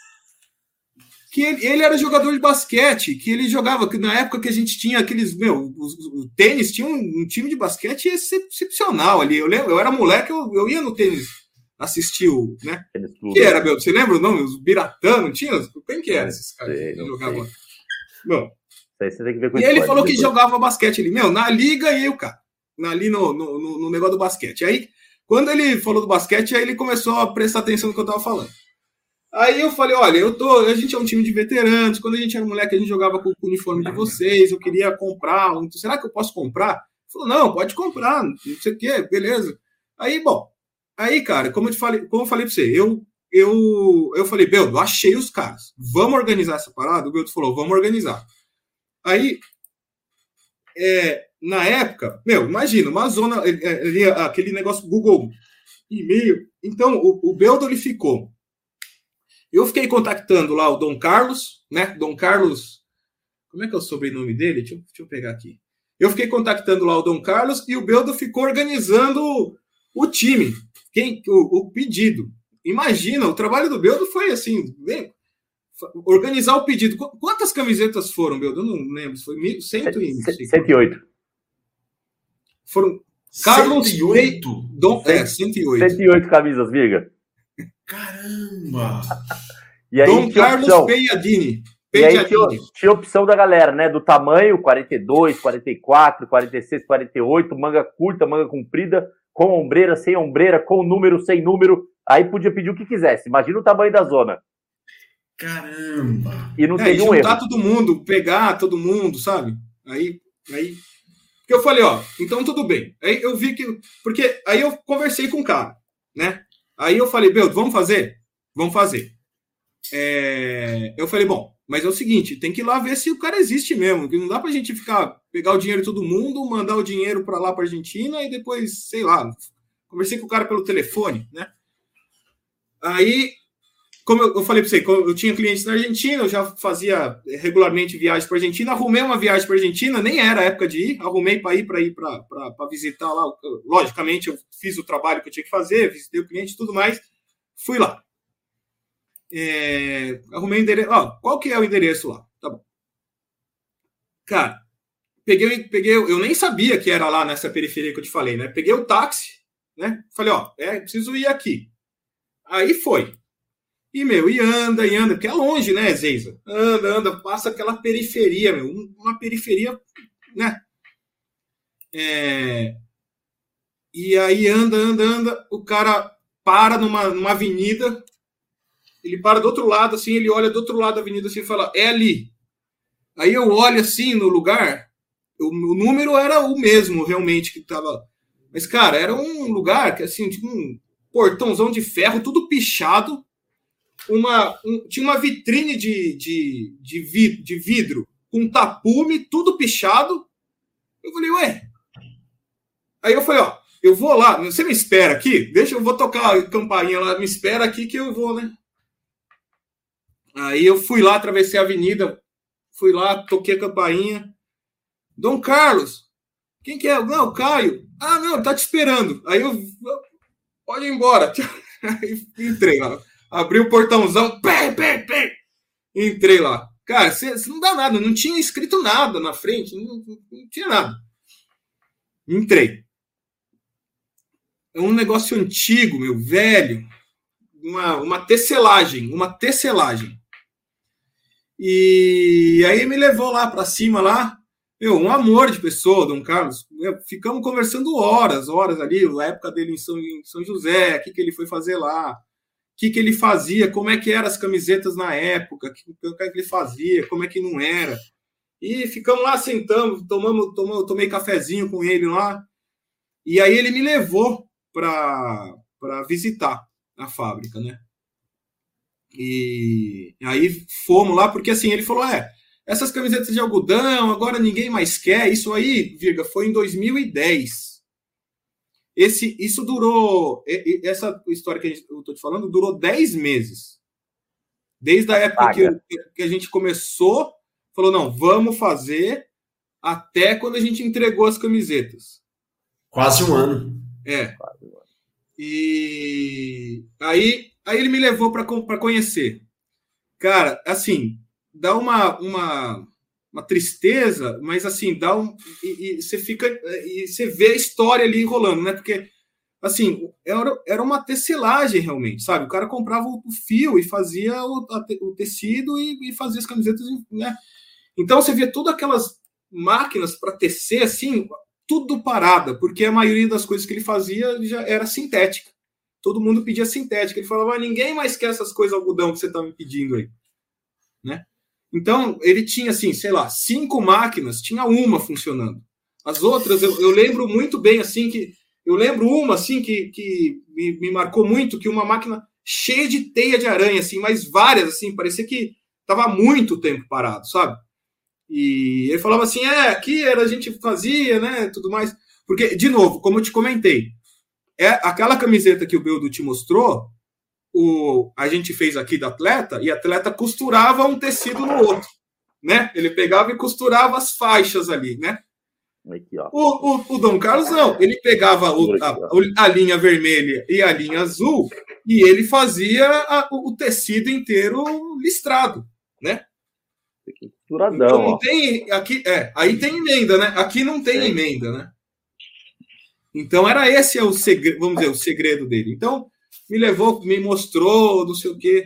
Que ele, ele era jogador de basquete, que ele jogava, que na época que a gente tinha aqueles, meu, o, o tênis tinha um, um time de basquete excepcional ali. Eu lembro, eu era moleque, eu, eu ia no tênis assistir o, né? Que era, meu, você lembra o nome? Os Biratã, não tinha? Quem que era esses caras que jogavam? Bom, você tem que ver com e ele falou que jogava basquete ali, meu, na liga e eu, cara, ali no, no, no, no negócio do basquete. Aí, quando ele falou do basquete, aí ele começou a prestar atenção no que eu tava falando. Aí eu falei, olha, eu tô, a gente é um time de veteranos, quando a gente era moleque, a gente jogava com o uniforme de vocês, eu queria comprar, um, será que eu posso comprar? Ele falou, não, pode comprar, não sei o que, beleza. Aí, bom, aí, cara, como eu te falei, como eu falei pra você, eu, eu, eu falei, Beldo, achei os caras, vamos organizar essa parada? O Beldo falou, vamos organizar. Aí, é, na época, meu, imagina, uma zona, ali, aquele negócio Google, e-mail, então o, o Beldo, ele ficou... Eu fiquei contactando lá o Dom Carlos, né? Dom Carlos... Como é que é o sobrenome dele? Deixa eu, deixa eu pegar aqui. Eu fiquei contactando lá o Dom Carlos e o Beldo ficou organizando o, o time, quem, o, o pedido. Imagina, o trabalho do Beldo foi assim, bem, organizar o pedido. Quantas camisetas foram, Beldo? Eu não lembro. Foi mil, cento e... cento e oito. Foram... Carlos cento e oito? Dom, é, cento e oito. cento e oito camisas, Viga. Caramba! E aí, Dom Carlos opção. Peiadini. E aí tinha, tinha opção da galera, né? Do tamanho, quarenta e dois, quarenta e quatro, quarenta e seis, quarenta e oito, manga curta, manga comprida, com ombreira, sem ombreira, com número, sem número. Aí podia pedir o que quisesse. Imagina o tamanho da zona. Caramba! E não é, teve um juntar erro. todo mundo, pegar todo mundo, sabe? Aí, aí... Porque eu falei, ó, então tudo bem. Aí eu vi que... Porque aí eu conversei com o cara, né? Aí eu falei, Beldo, vamos fazer? Vamos fazer. É... Eu falei, bom, mas é o seguinte, tem que ir lá ver se o cara existe mesmo, que não dá pra gente ficar, pegar o dinheiro de todo mundo, mandar o dinheiro pra lá pra Argentina e depois, sei lá, conversei com o cara pelo telefone, né? Aí, como eu, eu falei pra você, eu tinha clientes na Argentina, eu já fazia regularmente viagem pra Argentina, arrumei uma viagem pra Argentina, nem era a época de ir, arrumei para ir para ir para visitar lá, logicamente eu fiz o trabalho que eu tinha que fazer, visitei o cliente e tudo mais, fui lá. É, arrumei o endereço. Ó, qual que é o endereço lá? Tá bom. Cara, peguei, peguei, eu nem sabia que era lá nessa periferia que eu te falei, né? Peguei o táxi, né? Falei, ó, é, preciso ir aqui. Aí foi. E, meu, e anda, e anda, porque é longe, né, Zeiza? Anda, anda, passa aquela periferia, meu, uma periferia, né? É... E aí anda, anda, anda, o cara para numa, numa avenida. Ele para do outro lado, assim, ele olha do outro lado da avenida assim, e fala, é ali. Aí eu olho assim no lugar, o, o número era o mesmo, realmente, que estava... Mas, cara, era um lugar que, assim, tinha um portãozão de ferro, tudo pichado, uma, um, tinha uma vitrine de, de, de, vid, de vidro com tapume, tudo pichado. Eu falei, ué, Aí eu falei, ó, eu vou lá, você me espera aqui? Deixa, eu vou tocar a campainha lá, me espera aqui que eu vou, né? Aí eu fui lá, atravessei a avenida, fui lá, toquei a campainha. Dom Carlos, quem que é? Não, o Caio. Ah, não, ele tá te esperando. Aí eu, pode ir embora. Aí entrei lá, abri o portãozão, pé, pé, pé. Entrei lá. Cara, você não dá nada, não tinha escrito nada na frente, não, não, não tinha nada. Entrei. É um negócio antigo, meu, velho. Uma, uma tecelagem, uma tecelagem. E aí me levou lá para cima, lá. Meu, um amor de pessoa, Dom Carlos. Ficamos conversando horas, horas ali, a época dele em São, em São José, o que, que ele foi fazer lá, o que, que ele fazia, como é que eram as camisetas na época, o que, que ele fazia, como é que não era. E ficamos lá, sentamos, tomamos, tomamos, tomei cafezinho com ele lá. E aí ele me levou para visitar a fábrica, né? E aí fomos lá, porque assim, ele falou, é, essas camisetas de algodão, agora ninguém mais quer, isso aí, Virga, foi em dois mil e dez. Esse, isso durou, essa história que eu estou te falando, durou dez meses. Desde a época ah, que, que a gente começou, falou, não, vamos fazer, até quando a gente entregou as camisetas. Quase um ano. É. E aí, aí ele me levou para conhecer. Cara, assim, dá uma, uma, uma tristeza, mas assim, dá um. E, e você fica. E você vê a história ali rolando, né? Porque, assim, era, era uma tecelagem realmente, sabe? O cara comprava o fio e fazia o, a, o tecido e, e fazia as camisetas, né? Então você via todas aquelas máquinas para tecer, assim. Tudo parada, porque a maioria das coisas que ele fazia já era sintética. Todo mundo pedia sintética. Ele falava, ninguém mais quer essas coisas algodão que você está me pedindo aí. Né? Então, ele tinha, assim, sei lá, cinco máquinas, tinha uma funcionando. As outras, eu, eu lembro muito bem, assim, que... Eu lembro uma, assim, que, que me, me marcou muito, que uma máquina cheia de teia de aranha, assim, mas várias, assim, parecia que estava há muito tempo parado, sabe? E ele falava assim, é, aqui era, a gente fazia, né, tudo mais. Porque, de novo, como eu te comentei, é aquela camiseta que o Beldo te mostrou, o, a gente fez aqui da atleta, e a atleta costurava um tecido no outro, né? Ele pegava e costurava as faixas ali, né? Aqui, ó. O, o, o Dom Carlos, não. Ele pegava o, a, a linha vermelha e a linha azul, e ele fazia a, o tecido inteiro listrado, né? Costuradão, então não tem aqui, é, aí tem emenda, né? Aqui não tem Sim. emenda, né? Então era esse é o segredo, vamos dizer, o segredo dele. Então me levou, me mostrou, não sei o quê.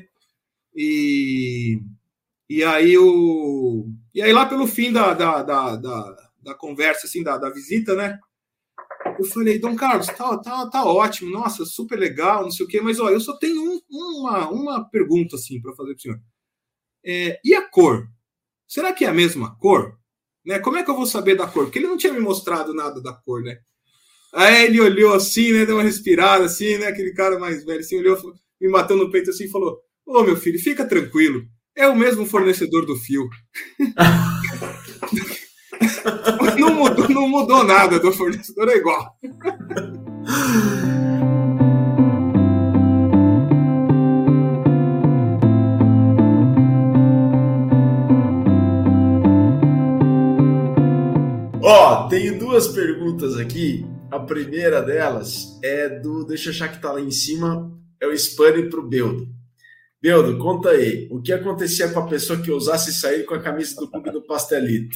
E e aí o e aí lá pelo fim da, da, da, da, da conversa assim, da, da visita, né? Eu falei, Dom Carlos, tá, tá, tá ótimo, nossa, super legal, não sei o quê, mas ó, eu só tenho um, uma, uma pergunta assim para fazer para o senhor. É, e a cor? Será que é a mesma cor? Né? Como é que eu vou saber da cor? Porque ele não tinha me mostrado nada da cor, né? Aí ele olhou assim, né? Deu uma respirada assim, né? Aquele cara mais velho assim, olhou, me matou no peito assim e falou, ô, meu filho, fica tranquilo. É o mesmo fornecedor do fio. não, mudou, não mudou nada do fornecedor, é igual. Ó, oh, tenho duas perguntas aqui. A primeira delas é do... Deixa eu achar que tá lá em cima. É o Spani pro Beldo. Beldo, conta aí. O que acontecia com a pessoa que ousasse sair com a camisa do Clube do Pastelito?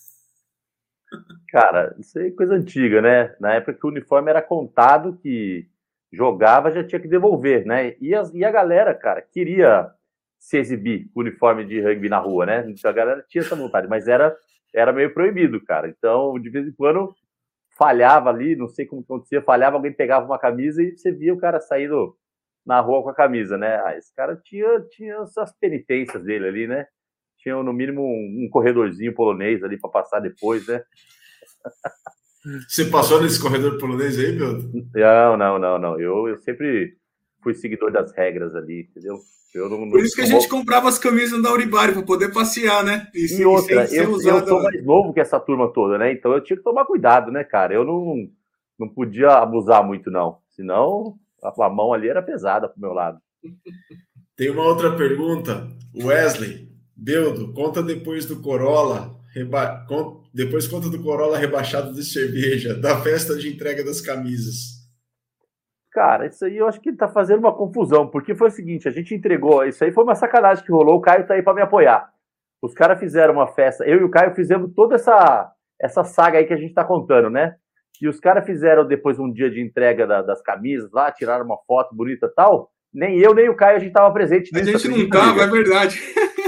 Cara, isso aí é coisa antiga, né? Na época que o uniforme era contado, que jogava, já tinha que devolver, né? E, as, e a galera, cara, queria se exibir com o uniforme de rugby na rua, né? A galera tinha essa vontade, mas era... era meio proibido, cara. Então, de vez em quando, falhava ali, não sei como acontecia, falhava, alguém pegava uma camisa e você via o cara saindo na rua com a camisa, né? Ah, esse cara tinha, tinha essas penitências dele ali, né? Tinha, no mínimo, um, um corredorzinho polonês ali para passar depois, né? Você passou nesse corredor polonês aí, meu? Não, não, não, não. Eu, eu sempre fui seguidor das regras ali, entendeu? Eu não, Por isso que a gente comprava as camisas da Auribari para poder passear, né? E, e outra, eu, eu sou mais novo que essa turma toda, né? Então eu tinha que tomar cuidado, né, cara? Eu não, não podia abusar muito, não. Senão, a mão ali era pesada pro meu lado. Tem uma outra pergunta. Wesley, Beldo, conta depois do Corolla, reba... Con... depois conta do Corolla rebaixado de cerveja, da festa de entrega das camisas. Cara, isso aí eu acho que ele tá fazendo uma confusão, porque foi o seguinte, a gente entregou, isso aí foi uma sacanagem que rolou, o Caio tá aí pra me apoiar. Os caras fizeram uma festa, eu e o Caio fizemos toda essa, essa saga aí que a gente tá contando, né? E os caras fizeram depois um dia de entrega da, das camisas lá, tiraram uma foto bonita e tal. Nem eu, nem o Caio, a gente tava presente nisso. A gente nisso, não tava, é verdade.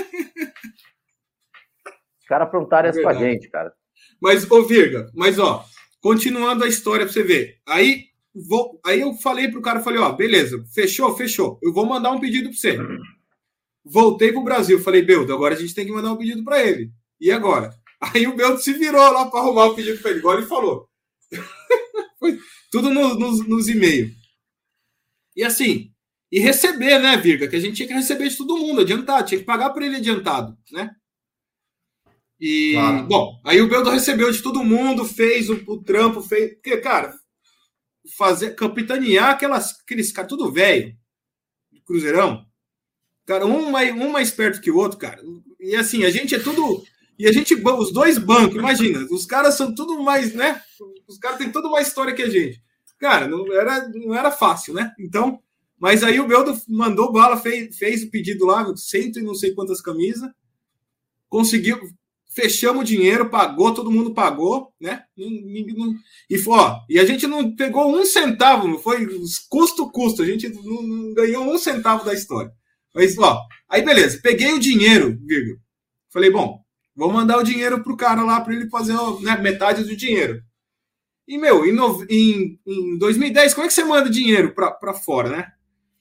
Os caras aprontaram essa com a gente, cara. Mas, ô Virga, mas ó, continuando a história pra você ver. Aí, vou, aí eu falei pro cara, falei, ó, beleza, fechou, fechou. Eu vou mandar um pedido pra você. Voltei pro Brasil, falei, Beldo, agora a gente tem que mandar um pedido pra ele. E agora? Aí o Beldo se virou lá pra arrumar o pedido pra ele, igual ele falou. Foi tudo no, nos, nos e-mails. E assim, e receber, né, Virga? Que a gente tinha que receber de todo mundo, adiantado, tinha que pagar por ele adiantado, né? E, claro. Bom, aí o Beldo recebeu de todo mundo, fez o, o trampo, fez. Porque, cara, fazer, capitanear aquelas, aqueles caras tudo velho, de Cruzeirão, cara, um mais, um mais perto que o outro, cara. E assim, a gente é tudo. E a gente, os dois bancos, imagina, os caras são tudo mais, né? Os caras têm toda uma história que a gente. Cara, não era, não era fácil, né? Então, mas aí o Beldo mandou bala, fez, fez o pedido lá, cento e não sei quantas camisas, conseguiu, fechamos o dinheiro, pagou, todo mundo pagou, né? E foi, ó, e a gente não pegou um centavo, não foi custo-custo, a gente não, não ganhou um centavo da história. Mas, ó, aí beleza, peguei o dinheiro, vírgula. Falei, bom, vou mandar o dinheiro pro cara lá para ele fazer, né, metade do dinheiro. E, meu, em, no, em, em dois mil e dez, como é que você manda dinheiro para fora, né?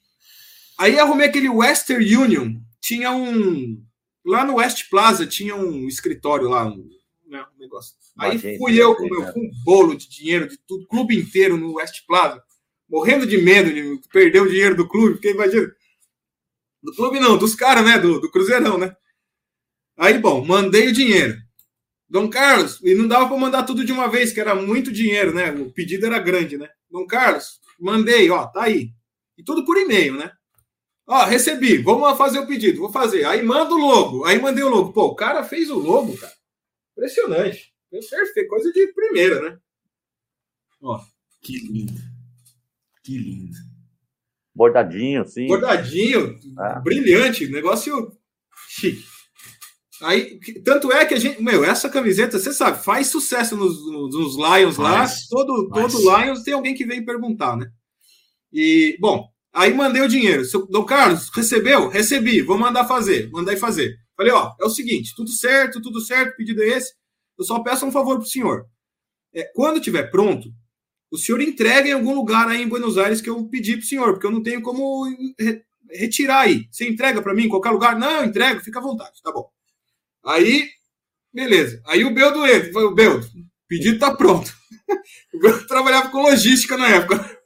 Aí arrumei aquele Western Union, tinha um... Lá no West Plaza tinha um escritório lá, um, né, um negócio. Aí fui eu com meu com um bolo de dinheiro de tudo, clube inteiro no West Plaza, morrendo de medo de perder o dinheiro do clube, porque imagina... Do clube não, dos caras, né, do, do Cruzeirão, né? Aí, bom, mandei o dinheiro. Dom Carlos, e não dava para mandar tudo de uma vez, que era muito dinheiro, né? O pedido era grande, né? Dom Carlos, mandei, ó, tá aí. E tudo por e-mail, né? Ó, recebi, vamos fazer o pedido, vou fazer. Aí manda o logo, aí mandei o logo. Pô, o cara fez o logo, cara. Impressionante. Perfeito, coisa de primeira, né? Ó, que lindo. Que lindo. Bordadinho, sim. Bordadinho, ah. Brilhante, negócio chique. Aí, tanto é que a gente, meu, essa camiseta, você sabe, faz sucesso nos, nos Lions lá, mas, todo, mas... todo Lions tem alguém que vem perguntar, né? E, bom, aí mandei o dinheiro. Dom Carlos, recebeu? Recebi, vou mandar fazer, mandei fazer. Falei, ó, é o seguinte, tudo certo, tudo certo, o pedido é esse, eu só peço um favor pro senhor. É, quando estiver pronto, o senhor entrega em algum lugar aí em Buenos Aires que eu pedi pro senhor, porque eu não tenho como re- retirar aí. Você entrega para mim em qualquer lugar? Não, eu entrego, fica à vontade, tá bom. Aí, beleza. Aí o Beldo entra. Falei, o Beldo, o pedido tá pronto. O Beldo trabalhava com logística na época.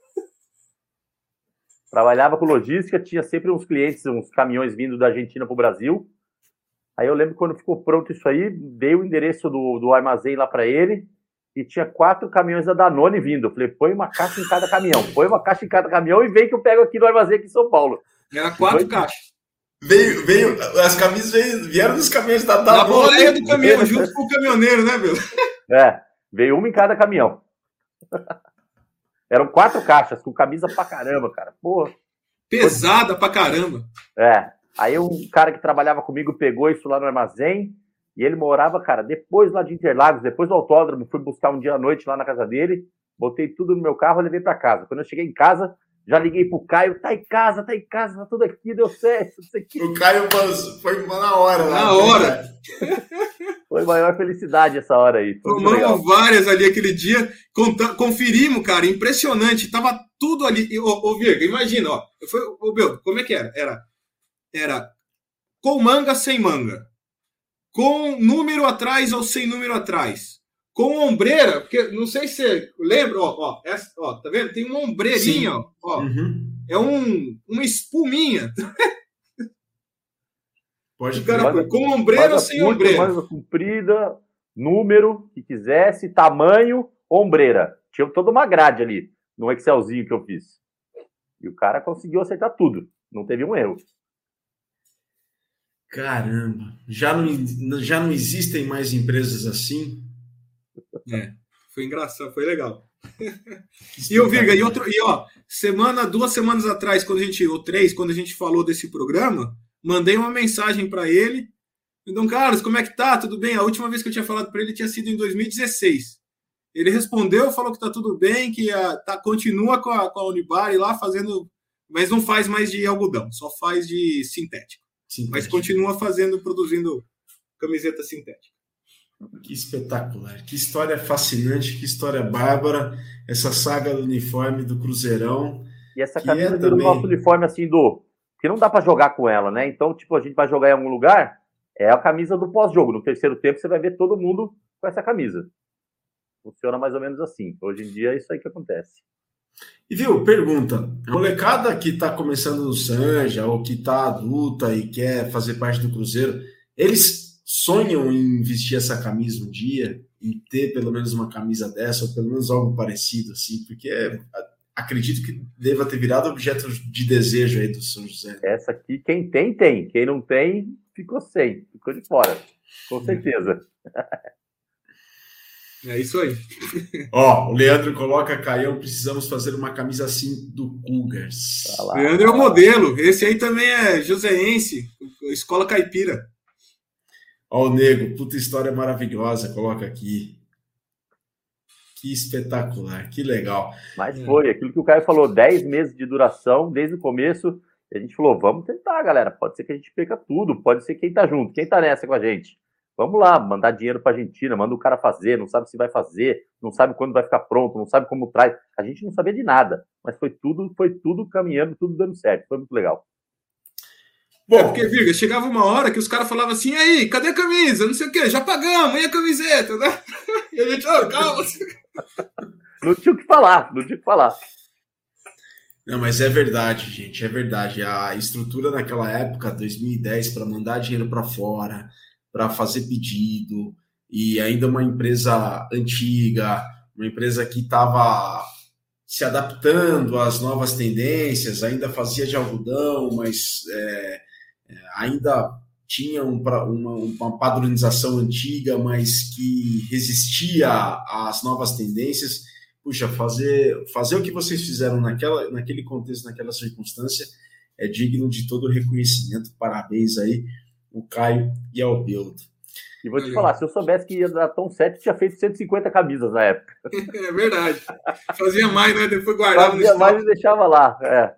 Trabalhava com logística, tinha sempre uns clientes, uns caminhões vindo da Argentina pro Brasil. Aí eu lembro quando ficou pronto isso aí, dei o endereço do, do armazém lá para ele e tinha quatro caminhões da Danone vindo. Eu falei, põe uma caixa em cada caminhão. Põe uma caixa em cada caminhão e vem que eu pego aqui no armazém aqui em São Paulo. Era quatro Foi... caixas. Veio, veio, as camisas veio, vieram dos caminhões da Danone. Na boleia do caminhão, junto com o caminhoneiro, né, meu? É, veio uma em cada caminhão. Eram quatro caixas, com camisa pra caramba, cara. Porra. Pesada pra caramba. É. Aí um cara que trabalhava comigo pegou isso lá no armazém e ele morava, cara, depois lá de Interlagos, depois do autódromo, fui buscar um dia à noite lá na casa dele, botei tudo no meu carro e levei pra casa. Quando eu cheguei em casa, já liguei pro Caio, tá em casa, tá em casa, tá tudo aqui, deu certo. Isso aqui. O Caio foi na hora. Na lá, hora. Foi a maior felicidade essa hora aí. Tomamos várias ali aquele dia, conferimos, cara, impressionante. Tava tudo ali. Ô, ô Virga, imagina, ó. Foi, ô, Beldo, como é que era? Era, era com manga, sem manga. Com número atrás ou sem número atrás. Com ombreira, porque não sei se você lembra, ó, ó, essa, ó, tá vendo? Tem uma ombreirinha, ó, ó uhum. É um, uma espuminha. Pode cara, manga, com ombreira ou sem curta, ombreira? Manga comprida, número que quisesse, tamanho, ombreira. tinha toda uma grade ali, no Excelzinho que eu fiz. E o cara conseguiu acertar tudo. Não teve um erro. Caramba. Já não, já não existem mais empresas assim? É, foi engraçado, foi legal. E o Virga, e outro, e ó, semana, duas semanas atrás, quando a gente, ou três, quando a gente falou desse programa, mandei uma mensagem para ele. Então, Carlos, como é que tá? Tudo bem? A última vez que eu tinha falado para ele tinha sido em dois mil e dezesseis. Ele respondeu, falou que tá tudo bem, que a, tá, continua com a, com a Unibari lá fazendo, mas não faz mais de algodão, só faz de sintético. sintético. Mas continua fazendo, produzindo camiseta sintética. Que espetacular, que história fascinante, que história bárbara, essa saga do uniforme do Cruzeirão. E essa camisa é também... do nosso uniforme assim, do... que não dá para jogar com ela, né? Então, tipo, a gente vai jogar em algum lugar, é a camisa do pós-jogo. No terceiro tempo, você vai ver todo mundo com essa camisa. Funciona mais ou menos assim. Hoje em dia, é isso aí que acontece. E viu, pergunta, a molecada que está começando no Sanja, ou que está adulta e quer fazer parte do Cruzeiro, eles sonham em vestir essa camisa um dia, em ter pelo menos uma camisa dessa, ou pelo menos algo parecido, assim, porque é, acredito que deva ter virado objeto de desejo aí do São José. Essa aqui, quem tem, tem. Quem não tem, ficou sem. Ficou de fora. Com certeza. É isso aí. Ó, o Leandro coloca, Caião, precisamos fazer uma camisa assim do Cougars. O Leandro é o modelo. Esse aí também é joseense, escola caipira. Ó, o Nego, puta história maravilhosa, coloca aqui. Que espetacular, que legal. Mas foi aquilo que o Caio falou, dez meses de duração, desde o começo, e a gente falou, vamos tentar, galera, pode ser que a gente perca tudo, pode ser quem tá junto, quem tá nessa com a gente. Vamos lá, mandar dinheiro pra Argentina, manda o cara fazer, não sabe se vai fazer, não sabe quando vai ficar pronto, não sabe como traz. A gente não sabia de nada, mas foi tudo, foi tudo caminhando, tudo dando certo, foi muito legal. Bom, é porque, Virga, chegava uma hora que os caras falavam assim, aí, cadê a camisa? Não sei o quê, já pagamos, e a camiseta, né? E a gente, oh, calma. Não tinha o que falar, não tinha o que falar. Não, mas é verdade, gente, é verdade. A estrutura naquela época, dois mil e dez, para mandar dinheiro para fora, para fazer pedido, e ainda uma empresa antiga, uma empresa que estava se adaptando às novas tendências, ainda fazia de algodão, mas é, ainda tinha um, uma, uma padronização antiga, mas que resistia às novas tendências. Puxa, fazer, fazer o que vocês fizeram naquela, naquele contexto, naquela circunstância, é digno de todo reconhecimento. Parabéns aí, o Caio e ao Beldo. E vou te Valeu. falar, se eu soubesse que ia dar tão certo, tinha feito cento e cinquenta camisas na época. É verdade. Fazia mais, né? Depois guardava. Fazia mais e deixava lá, é.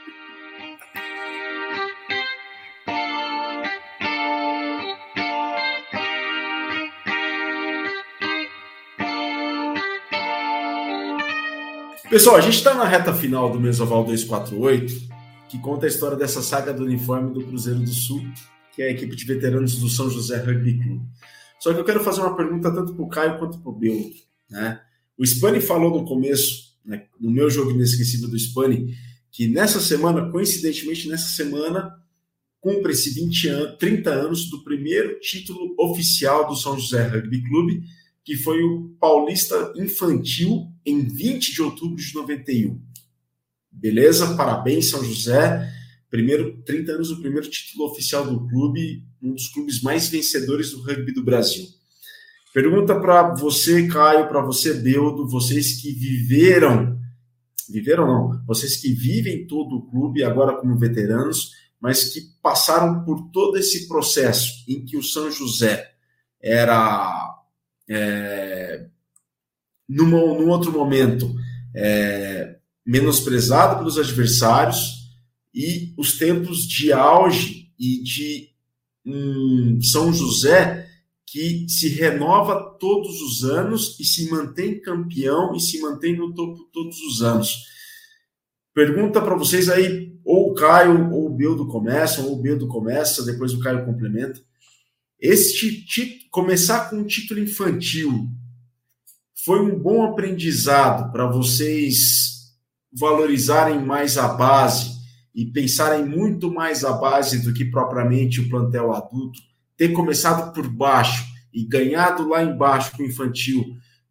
Pessoal, a gente está na reta final do Mesoval duzentos e quarenta e oito, que conta a história dessa saga do uniforme do Cruzeiro do Sul, que é a equipe de veteranos do São José Rugby Clube. Só que eu quero fazer uma pergunta tanto para o Caio quanto para o Beldo, né? O Spani falou no começo, né, no meu jogo inesquecível do Spani, que nessa semana, coincidentemente nessa semana, cumpre-se vinte anos, trinta anos do primeiro título oficial do São José Rugby Clube, que foi o Paulista Infantil, em vinte de outubro de noventa e um. Beleza? Parabéns, São José. Primeiro, trinta anos do primeiro título oficial do clube, um dos clubes mais vencedores do rugby do Brasil. Pergunta para você, Caio, para você, Beldo, vocês que viveram, viveram não, vocês que vivem todo o clube agora como veteranos, mas que passaram por todo esse processo em que o São José era... É, num, num outro momento é, menosprezado pelos adversários, e os tempos de auge e de um São José que se renova todos os anos e se mantém campeão e se mantém no topo todos os anos. Pergunta para vocês aí, ou o Caio ou o Beldo começam, ou o Beldo começa, depois o Caio complementa. Este tit- começar com um título infantil foi um bom aprendizado para vocês valorizarem mais a base e pensarem muito mais a base do que propriamente o plantel adulto. Ter começado por baixo e ganhado lá embaixo com o infantil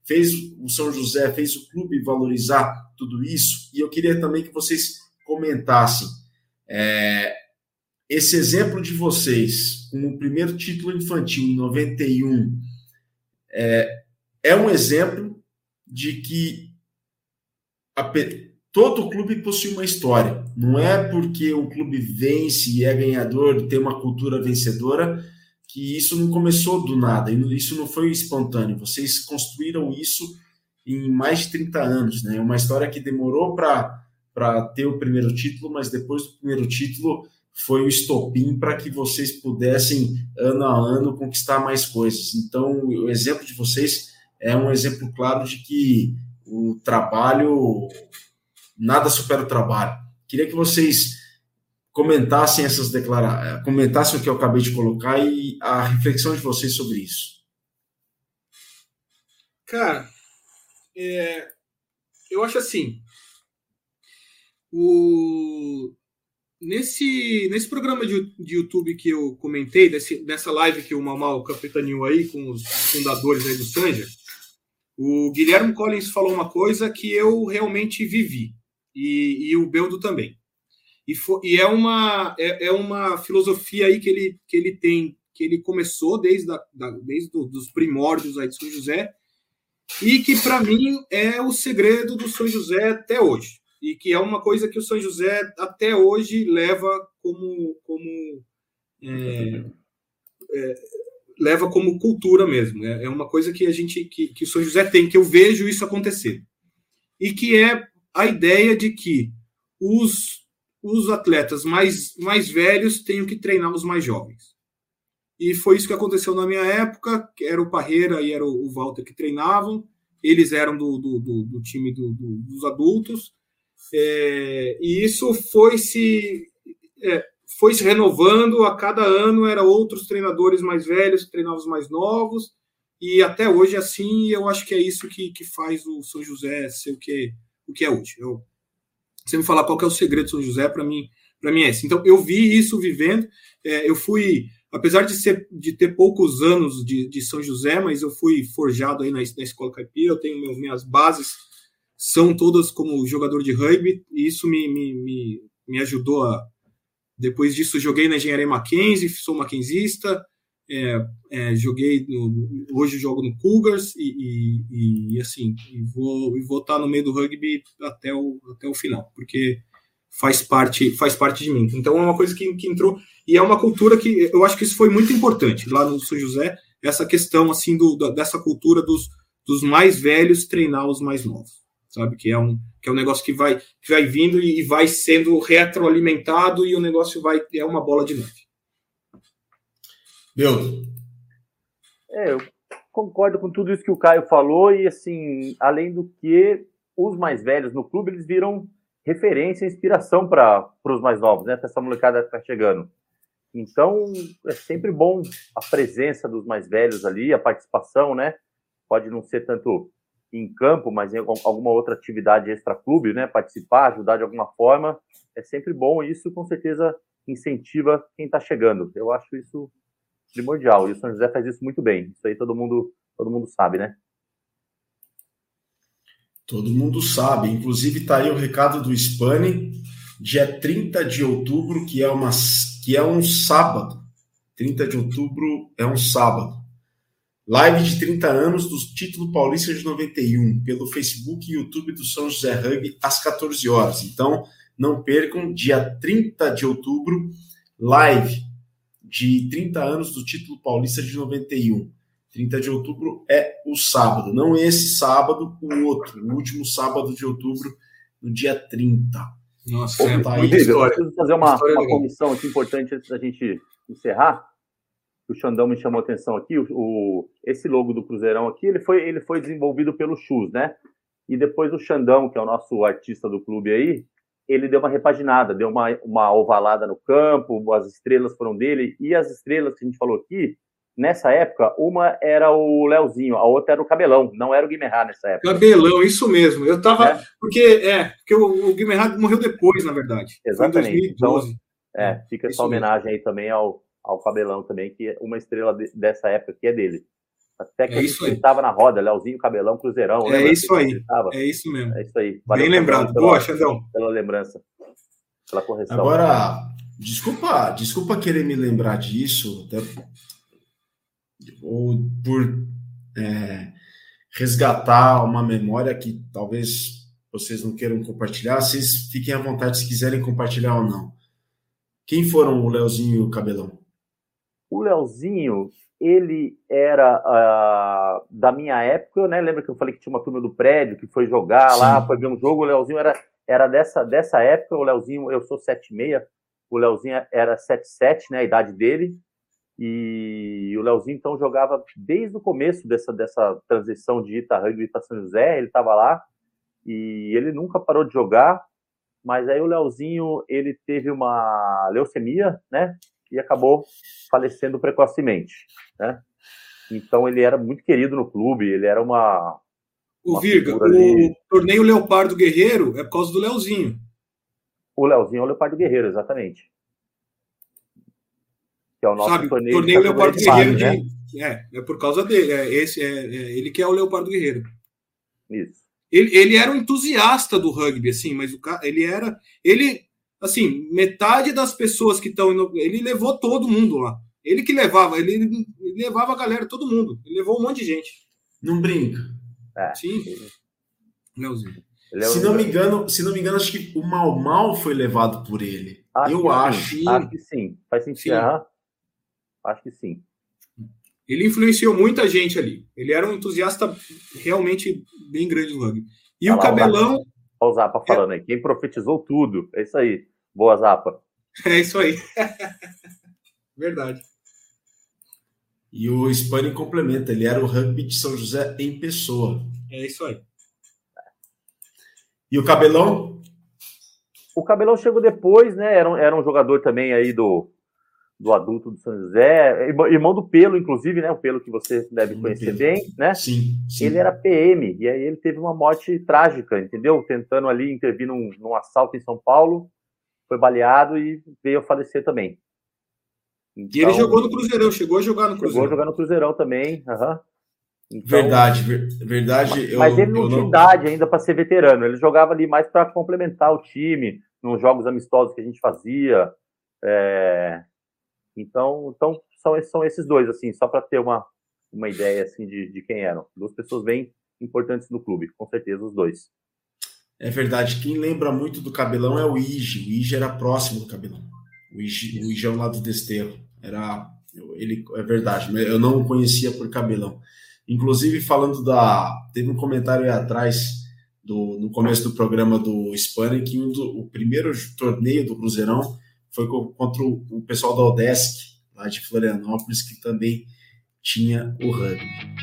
fez o São José, fez o clube valorizar tudo isso, e eu queria também que vocês comentassem é, esse exemplo de vocês, com o primeiro título infantil em noventa e um, é, é um exemplo de que a, todo clube possui uma história. Não é porque o clube vence e é ganhador, tem uma cultura vencedora, que isso não começou do nada, isso não foi espontâneo. Vocês construíram isso em mais de trinta anos, né? Uma história que demorou para ter o primeiro título, mas depois do primeiro título foi o estopim para que vocês pudessem, ano a ano, conquistar mais coisas. Então, o exemplo de vocês é um exemplo claro de que o trabalho, nada supera o trabalho. Queria que vocês comentassem essas declarações, comentassem o que eu acabei de colocar e a reflexão de vocês sobre isso. Cara, é, eu acho assim, o, nesse, nesse programa de, de YouTube que eu comentei, desse, nessa live que o Mamal capitaneou aí com os fundadores aí do Sanja, o Guilherme Collins falou uma coisa que eu realmente vivi, e, e o Beldo também. E, for, e é, uma, é, é uma filosofia aí que ele, que ele tem, que ele começou desde, a, da, desde do, dos primórdios aí de São José, e que para mim é o segredo do São José até hoje. E que é uma coisa que o São José até hoje leva como, como, é, é, leva como cultura mesmo. É, é uma coisa que a gente que, que o São José tem, que eu vejo isso acontecer. E que é a ideia de que os os atletas mais, mais velhos tenham que treinar os mais jovens. E foi isso que aconteceu na minha época, que era o Parreira e era o Walter que treinavam, eles eram do, do, do, do time do, do, dos adultos, é, e isso foi se, é, foi se renovando, a cada ano eram outros treinadores mais velhos que treinavam os mais novos, e até hoje é assim, eu acho que é isso que, que faz o São José ser o que, o que é hoje. Eu, Você me falar qual que é o segredo do São José, para mim, para mim é esse. Então, eu vi isso vivendo. É, eu fui, apesar de, ser, de ter poucos anos de, de São José, mas eu fui forjado aí na, na Escola Caipira. Eu tenho meu, minhas bases, são todas como jogador de rugby, e isso me, me, me, me ajudou a. Depois disso, joguei na Engenharia Mackenzie, sou mackenzista. É, é, joguei no, hoje jogo no Cougars e, e, e assim e vou, e vou estar no meio do rugby até o, até o final, porque faz parte, faz parte de mim. Então é uma coisa que, que entrou, e é uma cultura que eu acho que isso foi muito importante lá no São José, essa questão assim do, dessa cultura dos, dos mais velhos treinar os mais novos, sabe, que é um, que é um negócio que vai, que vai vindo e vai sendo retroalimentado, e o negócio vai, é uma bola de neve. Meu. É, eu concordo com tudo isso que o Caio falou, e assim, além do que, os mais velhos no clube, eles viram referência e inspiração para os mais novos, né? Para essa molecada que está chegando. Então, é sempre bom a presença dos mais velhos ali, a participação, né? Pode não ser tanto em campo, mas em alguma outra atividade extra-clube, né? Participar, ajudar de alguma forma, é sempre bom, e isso com certeza incentiva quem está chegando. Eu acho isso primordial, e o São José faz isso muito bem. Isso aí todo mundo, todo mundo sabe, né? Todo mundo sabe. Inclusive está aí o recado do Spani, dia trinta de outubro, que é, uma, que é um sábado. trinta de outubro é um sábado. Live de trinta anos do título paulista de noventa e um, pelo Facebook e YouTube do São José Rugby, às quatorze horas. Então, não percam, dia trinta de outubro, live de trinta anos do título paulista de noventa e um. trinta de outubro é o sábado, não esse sábado, o outro, o último sábado de outubro, no dia trinta. Nossa, é, tá aí. Eu preciso fazer uma, uma comissão aqui importante antes da gente encerrar. O Xandão me chamou a atenção aqui. O, o, esse logo do Cruzeirão aqui, ele foi, ele foi desenvolvido pelo Chus, né? E depois o Xandão, que é o nosso artista do clube aí, ele deu uma repaginada, deu uma, uma ovalada no campo, as estrelas foram dele, e as estrelas que a gente falou aqui, nessa época, uma era o Leozinho, a outra era o Cabelão, não era o Guimerá nessa época. Cabelão, isso mesmo. Eu tava. É. Porque, é, porque o, o Guimerá morreu depois, na verdade. Exatamente. Foi em dois mil e doze. Então, é, fica isso essa homenagem mesmo aí também ao, ao Cabelão também, que é uma estrela de, dessa época que é dele. Até que é a gente estava na roda, Leozinho, Cabelão, Cruzeirão. É isso aí, é isso mesmo. É isso aí. Valeu, bem lembrado. Pela, Boa, Xandão. Pela lembrança, pela correção. Agora, desculpa, desculpa querer me lembrar disso, até, ou por é, resgatar uma memória que talvez vocês não queiram compartilhar, vocês fiquem à vontade se quiserem compartilhar ou não. Quem foram o Leozinho e o Cabelão? O Leozinho, ele era uh, da minha época, né? Lembra que eu falei que tinha uma turma do prédio que foi jogar Sim. lá, foi ver um jogo. O Leozinho era, era dessa, dessa época. O Leozinho, eu sou sete seis, o Leozinho era sete sete, né? A idade dele. E o Leozinho, então, jogava desde o começo dessa, dessa transição de Ita Rugby para São José. Ele estava lá e ele nunca parou de jogar. Mas aí o Leozinho, ele teve uma leucemia, né? E acabou falecendo precocemente, né? Então ele era muito querido no clube, ele era uma... O uma Virga, o ali... torneio Leopardo Guerreiro é por causa do Leozinho. O Leozinho é o Leopardo Guerreiro, exatamente. Que é o nosso Sabe, torneio, torneio Leopardo Guerreiro, base, de... né? é, é por causa dele, é, esse, é, é, ele que é o Leopardo Guerreiro. Isso. Ele, ele era um entusiasta do rugby, assim, mas o cara, ele era... Ele... Assim, metade das pessoas que estão indo... Ele levou todo mundo lá. Ele que levava, ele, ele levava a galera, todo mundo. Ele levou um monte de gente. Não brinca. É. Sim. Leozinho. Se não me engano, se não me engano, acho que o Mau Mau foi levado por ele. Acho Eu que acho. Sim. Acho que sim. Faz sentido. Sim. Uhum. Acho que sim. Ele influenciou muita gente ali. Ele era um entusiasta realmente bem grande do rugby. E Olha o lá, Cabelão... Olha o Zapa falando aí. Quem profetizou tudo. É isso aí. Boa, Zapa. É isso aí. Verdade. E o Spani complementa. Ele era o rugby de São José em pessoa. É isso aí. E o Cabelão? O Cabelão chegou depois, né? Era um, era um jogador também aí do, do adulto do São José. Irmão do Pelo, inclusive, né? O Pelo que você deve conhecer bem, né? Sim, sim. Ele era P M, e aí ele teve uma morte trágica, entendeu? Tentando ali intervir num, num assalto em São Paulo, foi baleado e veio a falecer também. Então, e ele jogou no Cruzeirão, chegou a jogar no Cruzeirão. Chegou a jogar no Cruzeirão também, uhum. Então, verdade, ver, verdade. Mas, eu, mas ele não eu tinha não... idade ainda para ser veterano, ele jogava ali mais para complementar o time, nos jogos amistosos que a gente fazia. É... Então, então são, são esses dois, assim, só para ter uma, uma ideia assim, de, de quem eram. Duas pessoas bem importantes no clube, com certeza, os dois. É verdade. Quem lembra muito do Cabelão é o Ige. O Ige era próximo do Cabelão. O Ige, o Ige é um lado do Desterro. Era, ele, é verdade, eu não o conhecia por Cabelão. Inclusive, falando da... Teve um comentário aí atrás, do, no começo do programa do Spani, que um do, o primeiro torneio do Cruzeirão foi contra o, o pessoal da Odesc, lá de Florianópolis, que também tinha o rugby.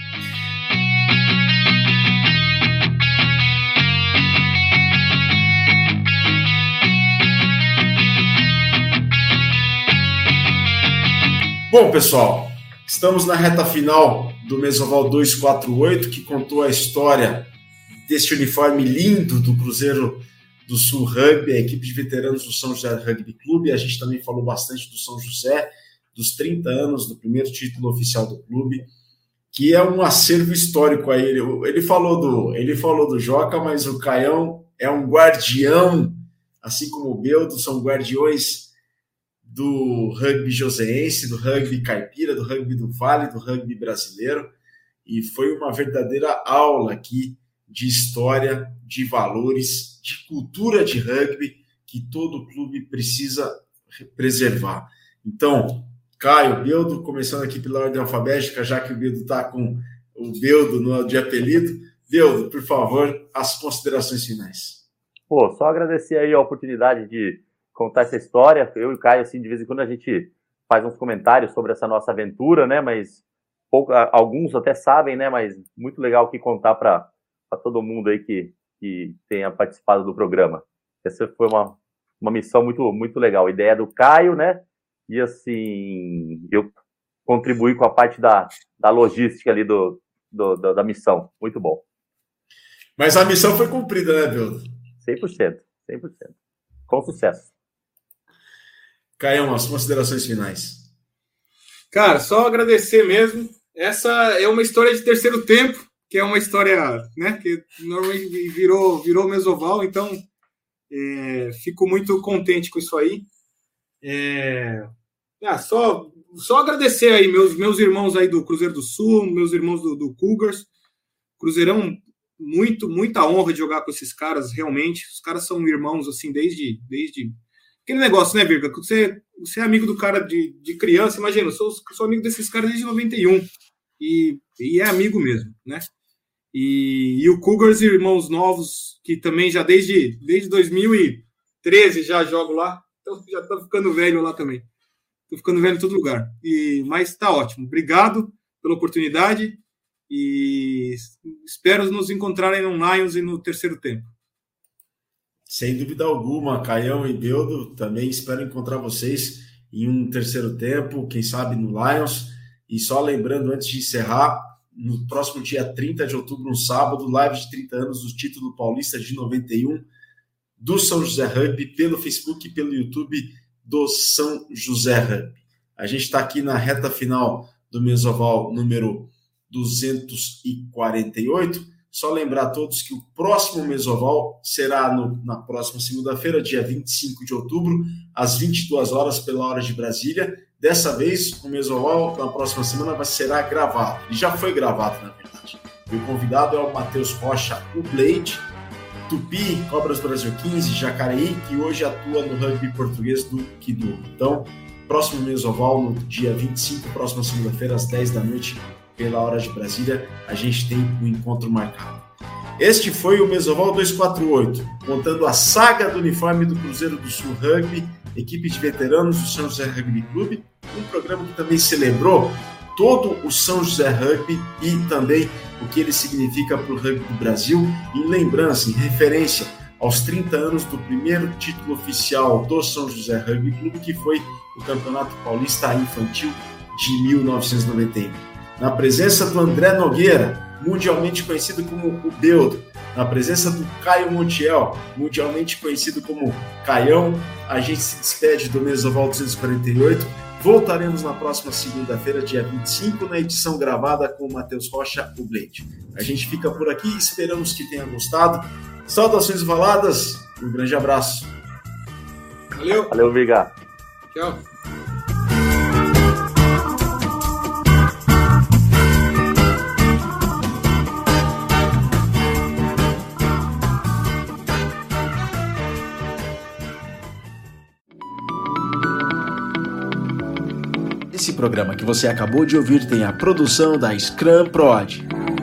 Bom, pessoal, estamos na reta final do Mesoval duzentos e quarenta e oito, que contou a história deste uniforme lindo do Cruzeiro do Sul Rugby, a equipe de veteranos do São José Rugby Clube. A gente também falou bastante do São José, dos trinta anos, do primeiro título oficial do clube, que é um acervo histórico aí. Ele, ele, falou do, ele falou do Joca, mas o Caião é um guardião, assim como o Beldo, são guardiões do rugby joseense, do rugby caipira, do rugby do Vale, do rugby brasileiro, e foi uma verdadeira aula aqui de história, de valores, de cultura de rugby que todo clube precisa preservar. Então, Caio, Beldo, começando aqui pela ordem alfabética, já que o Beldo está com o Beldo no, de apelido. Beldo, por favor, as considerações finais. Pô, só agradecer aí a oportunidade de contar essa história. Eu e o Caio, assim, de vez em quando a gente faz uns comentários sobre essa nossa aventura, né, mas pouco, alguns até sabem, né, mas muito legal aqui contar para todo mundo aí que, que tenha participado do programa. Essa foi uma, uma missão muito, muito legal. A ideia do Caio, né, e assim, eu contribuí com a parte da, da logística ali do, do, da, da missão. Muito bom. Mas a missão foi cumprida, né, Beldo? cem por cento, cem por cento. Com sucesso. Caião, as considerações finais. Cara, só agradecer mesmo essa é uma história de terceiro tempo, que é uma história, né, que normalmente virou, virou mesoval, então é, fico muito contente com isso aí. É, ah, só, só agradecer aí meus, meus irmãos aí do Cruzeiro do Sul, meus irmãos do, do Cougars. Cruzeirão, muito, muita honra de jogar com esses caras, realmente. Os caras são irmãos, assim, desde... desde... Aquele negócio, né, Virga? Você, você é amigo do cara de, de criança, imagina, eu sou, sou amigo desses caras desde noventa e um, e, e é amigo mesmo, né? E, e o Cougars, irmãos novos, que também já desde, desde dois mil e treze já jogo lá, então já tá ficando velho lá também. Tô ficando velho em todo lugar. E, mas tá ótimo. Obrigado pela oportunidade e espero nos encontrarem no Lions e no terceiro tempo. Sem dúvida alguma, Caião e Beldo, também espero encontrar vocês em um terceiro tempo, quem sabe no Lions. E só lembrando, antes de encerrar, no próximo dia trinta de outubro, um sábado, live de trinta anos do título paulista de noventa e um do São José Rugby, pelo Facebook e pelo YouTube do São José Rugby. A gente está aqui na reta final do Mesoval número duzentos e quarenta e oito. Só lembrar a todos que o próximo Mesoval será no, na próxima segunda-feira, dia vinte e cinco de outubro, às vinte e duas horas, pela hora de Brasília. Dessa vez, o Mesoval, na próxima semana, vai será gravado. Ele já foi gravado, na verdade. E o convidado é o Matheus Rocha, o Blade, Tupi, Cobras Brasil quinze, Jacareí, que hoje atua no rugby português do Kidu. Então, próximo Mesoval, no dia vinte e cinco, próxima segunda-feira, às dez da noite, pela hora de Brasília, a gente tem um encontro marcado. Este foi o Mesoval duzentos e quarenta e oito, contando a saga do uniforme do Cruzeiro do Sul Rugby, equipe de veteranos do São José Rugby Clube, um programa que também celebrou todo o São José Rugby e também o que ele significa para o rugby do Brasil, em lembrança, em referência aos trinta anos do primeiro título oficial do São José Rugby Clube, que foi o Campeonato Paulista Infantil de mil novecentos e noventa e um. Na presença do André Nogueira, mundialmente conhecido como o Beldo, na presença do Caio Montiel, mundialmente conhecido como Caião, a gente se despede do Mesoval duzentos e quarenta e oito. Voltaremos na próxima segunda-feira, dia vinte e cinco, na edição gravada com o Matheus Rocha, o Blade. A gente fica por aqui, esperamos que tenha gostado. Saudações valadas, um grande abraço. Valeu. Valeu, Viga. Tchau. Esse programa que você acabou de ouvir tem a produção da Scrum Prod.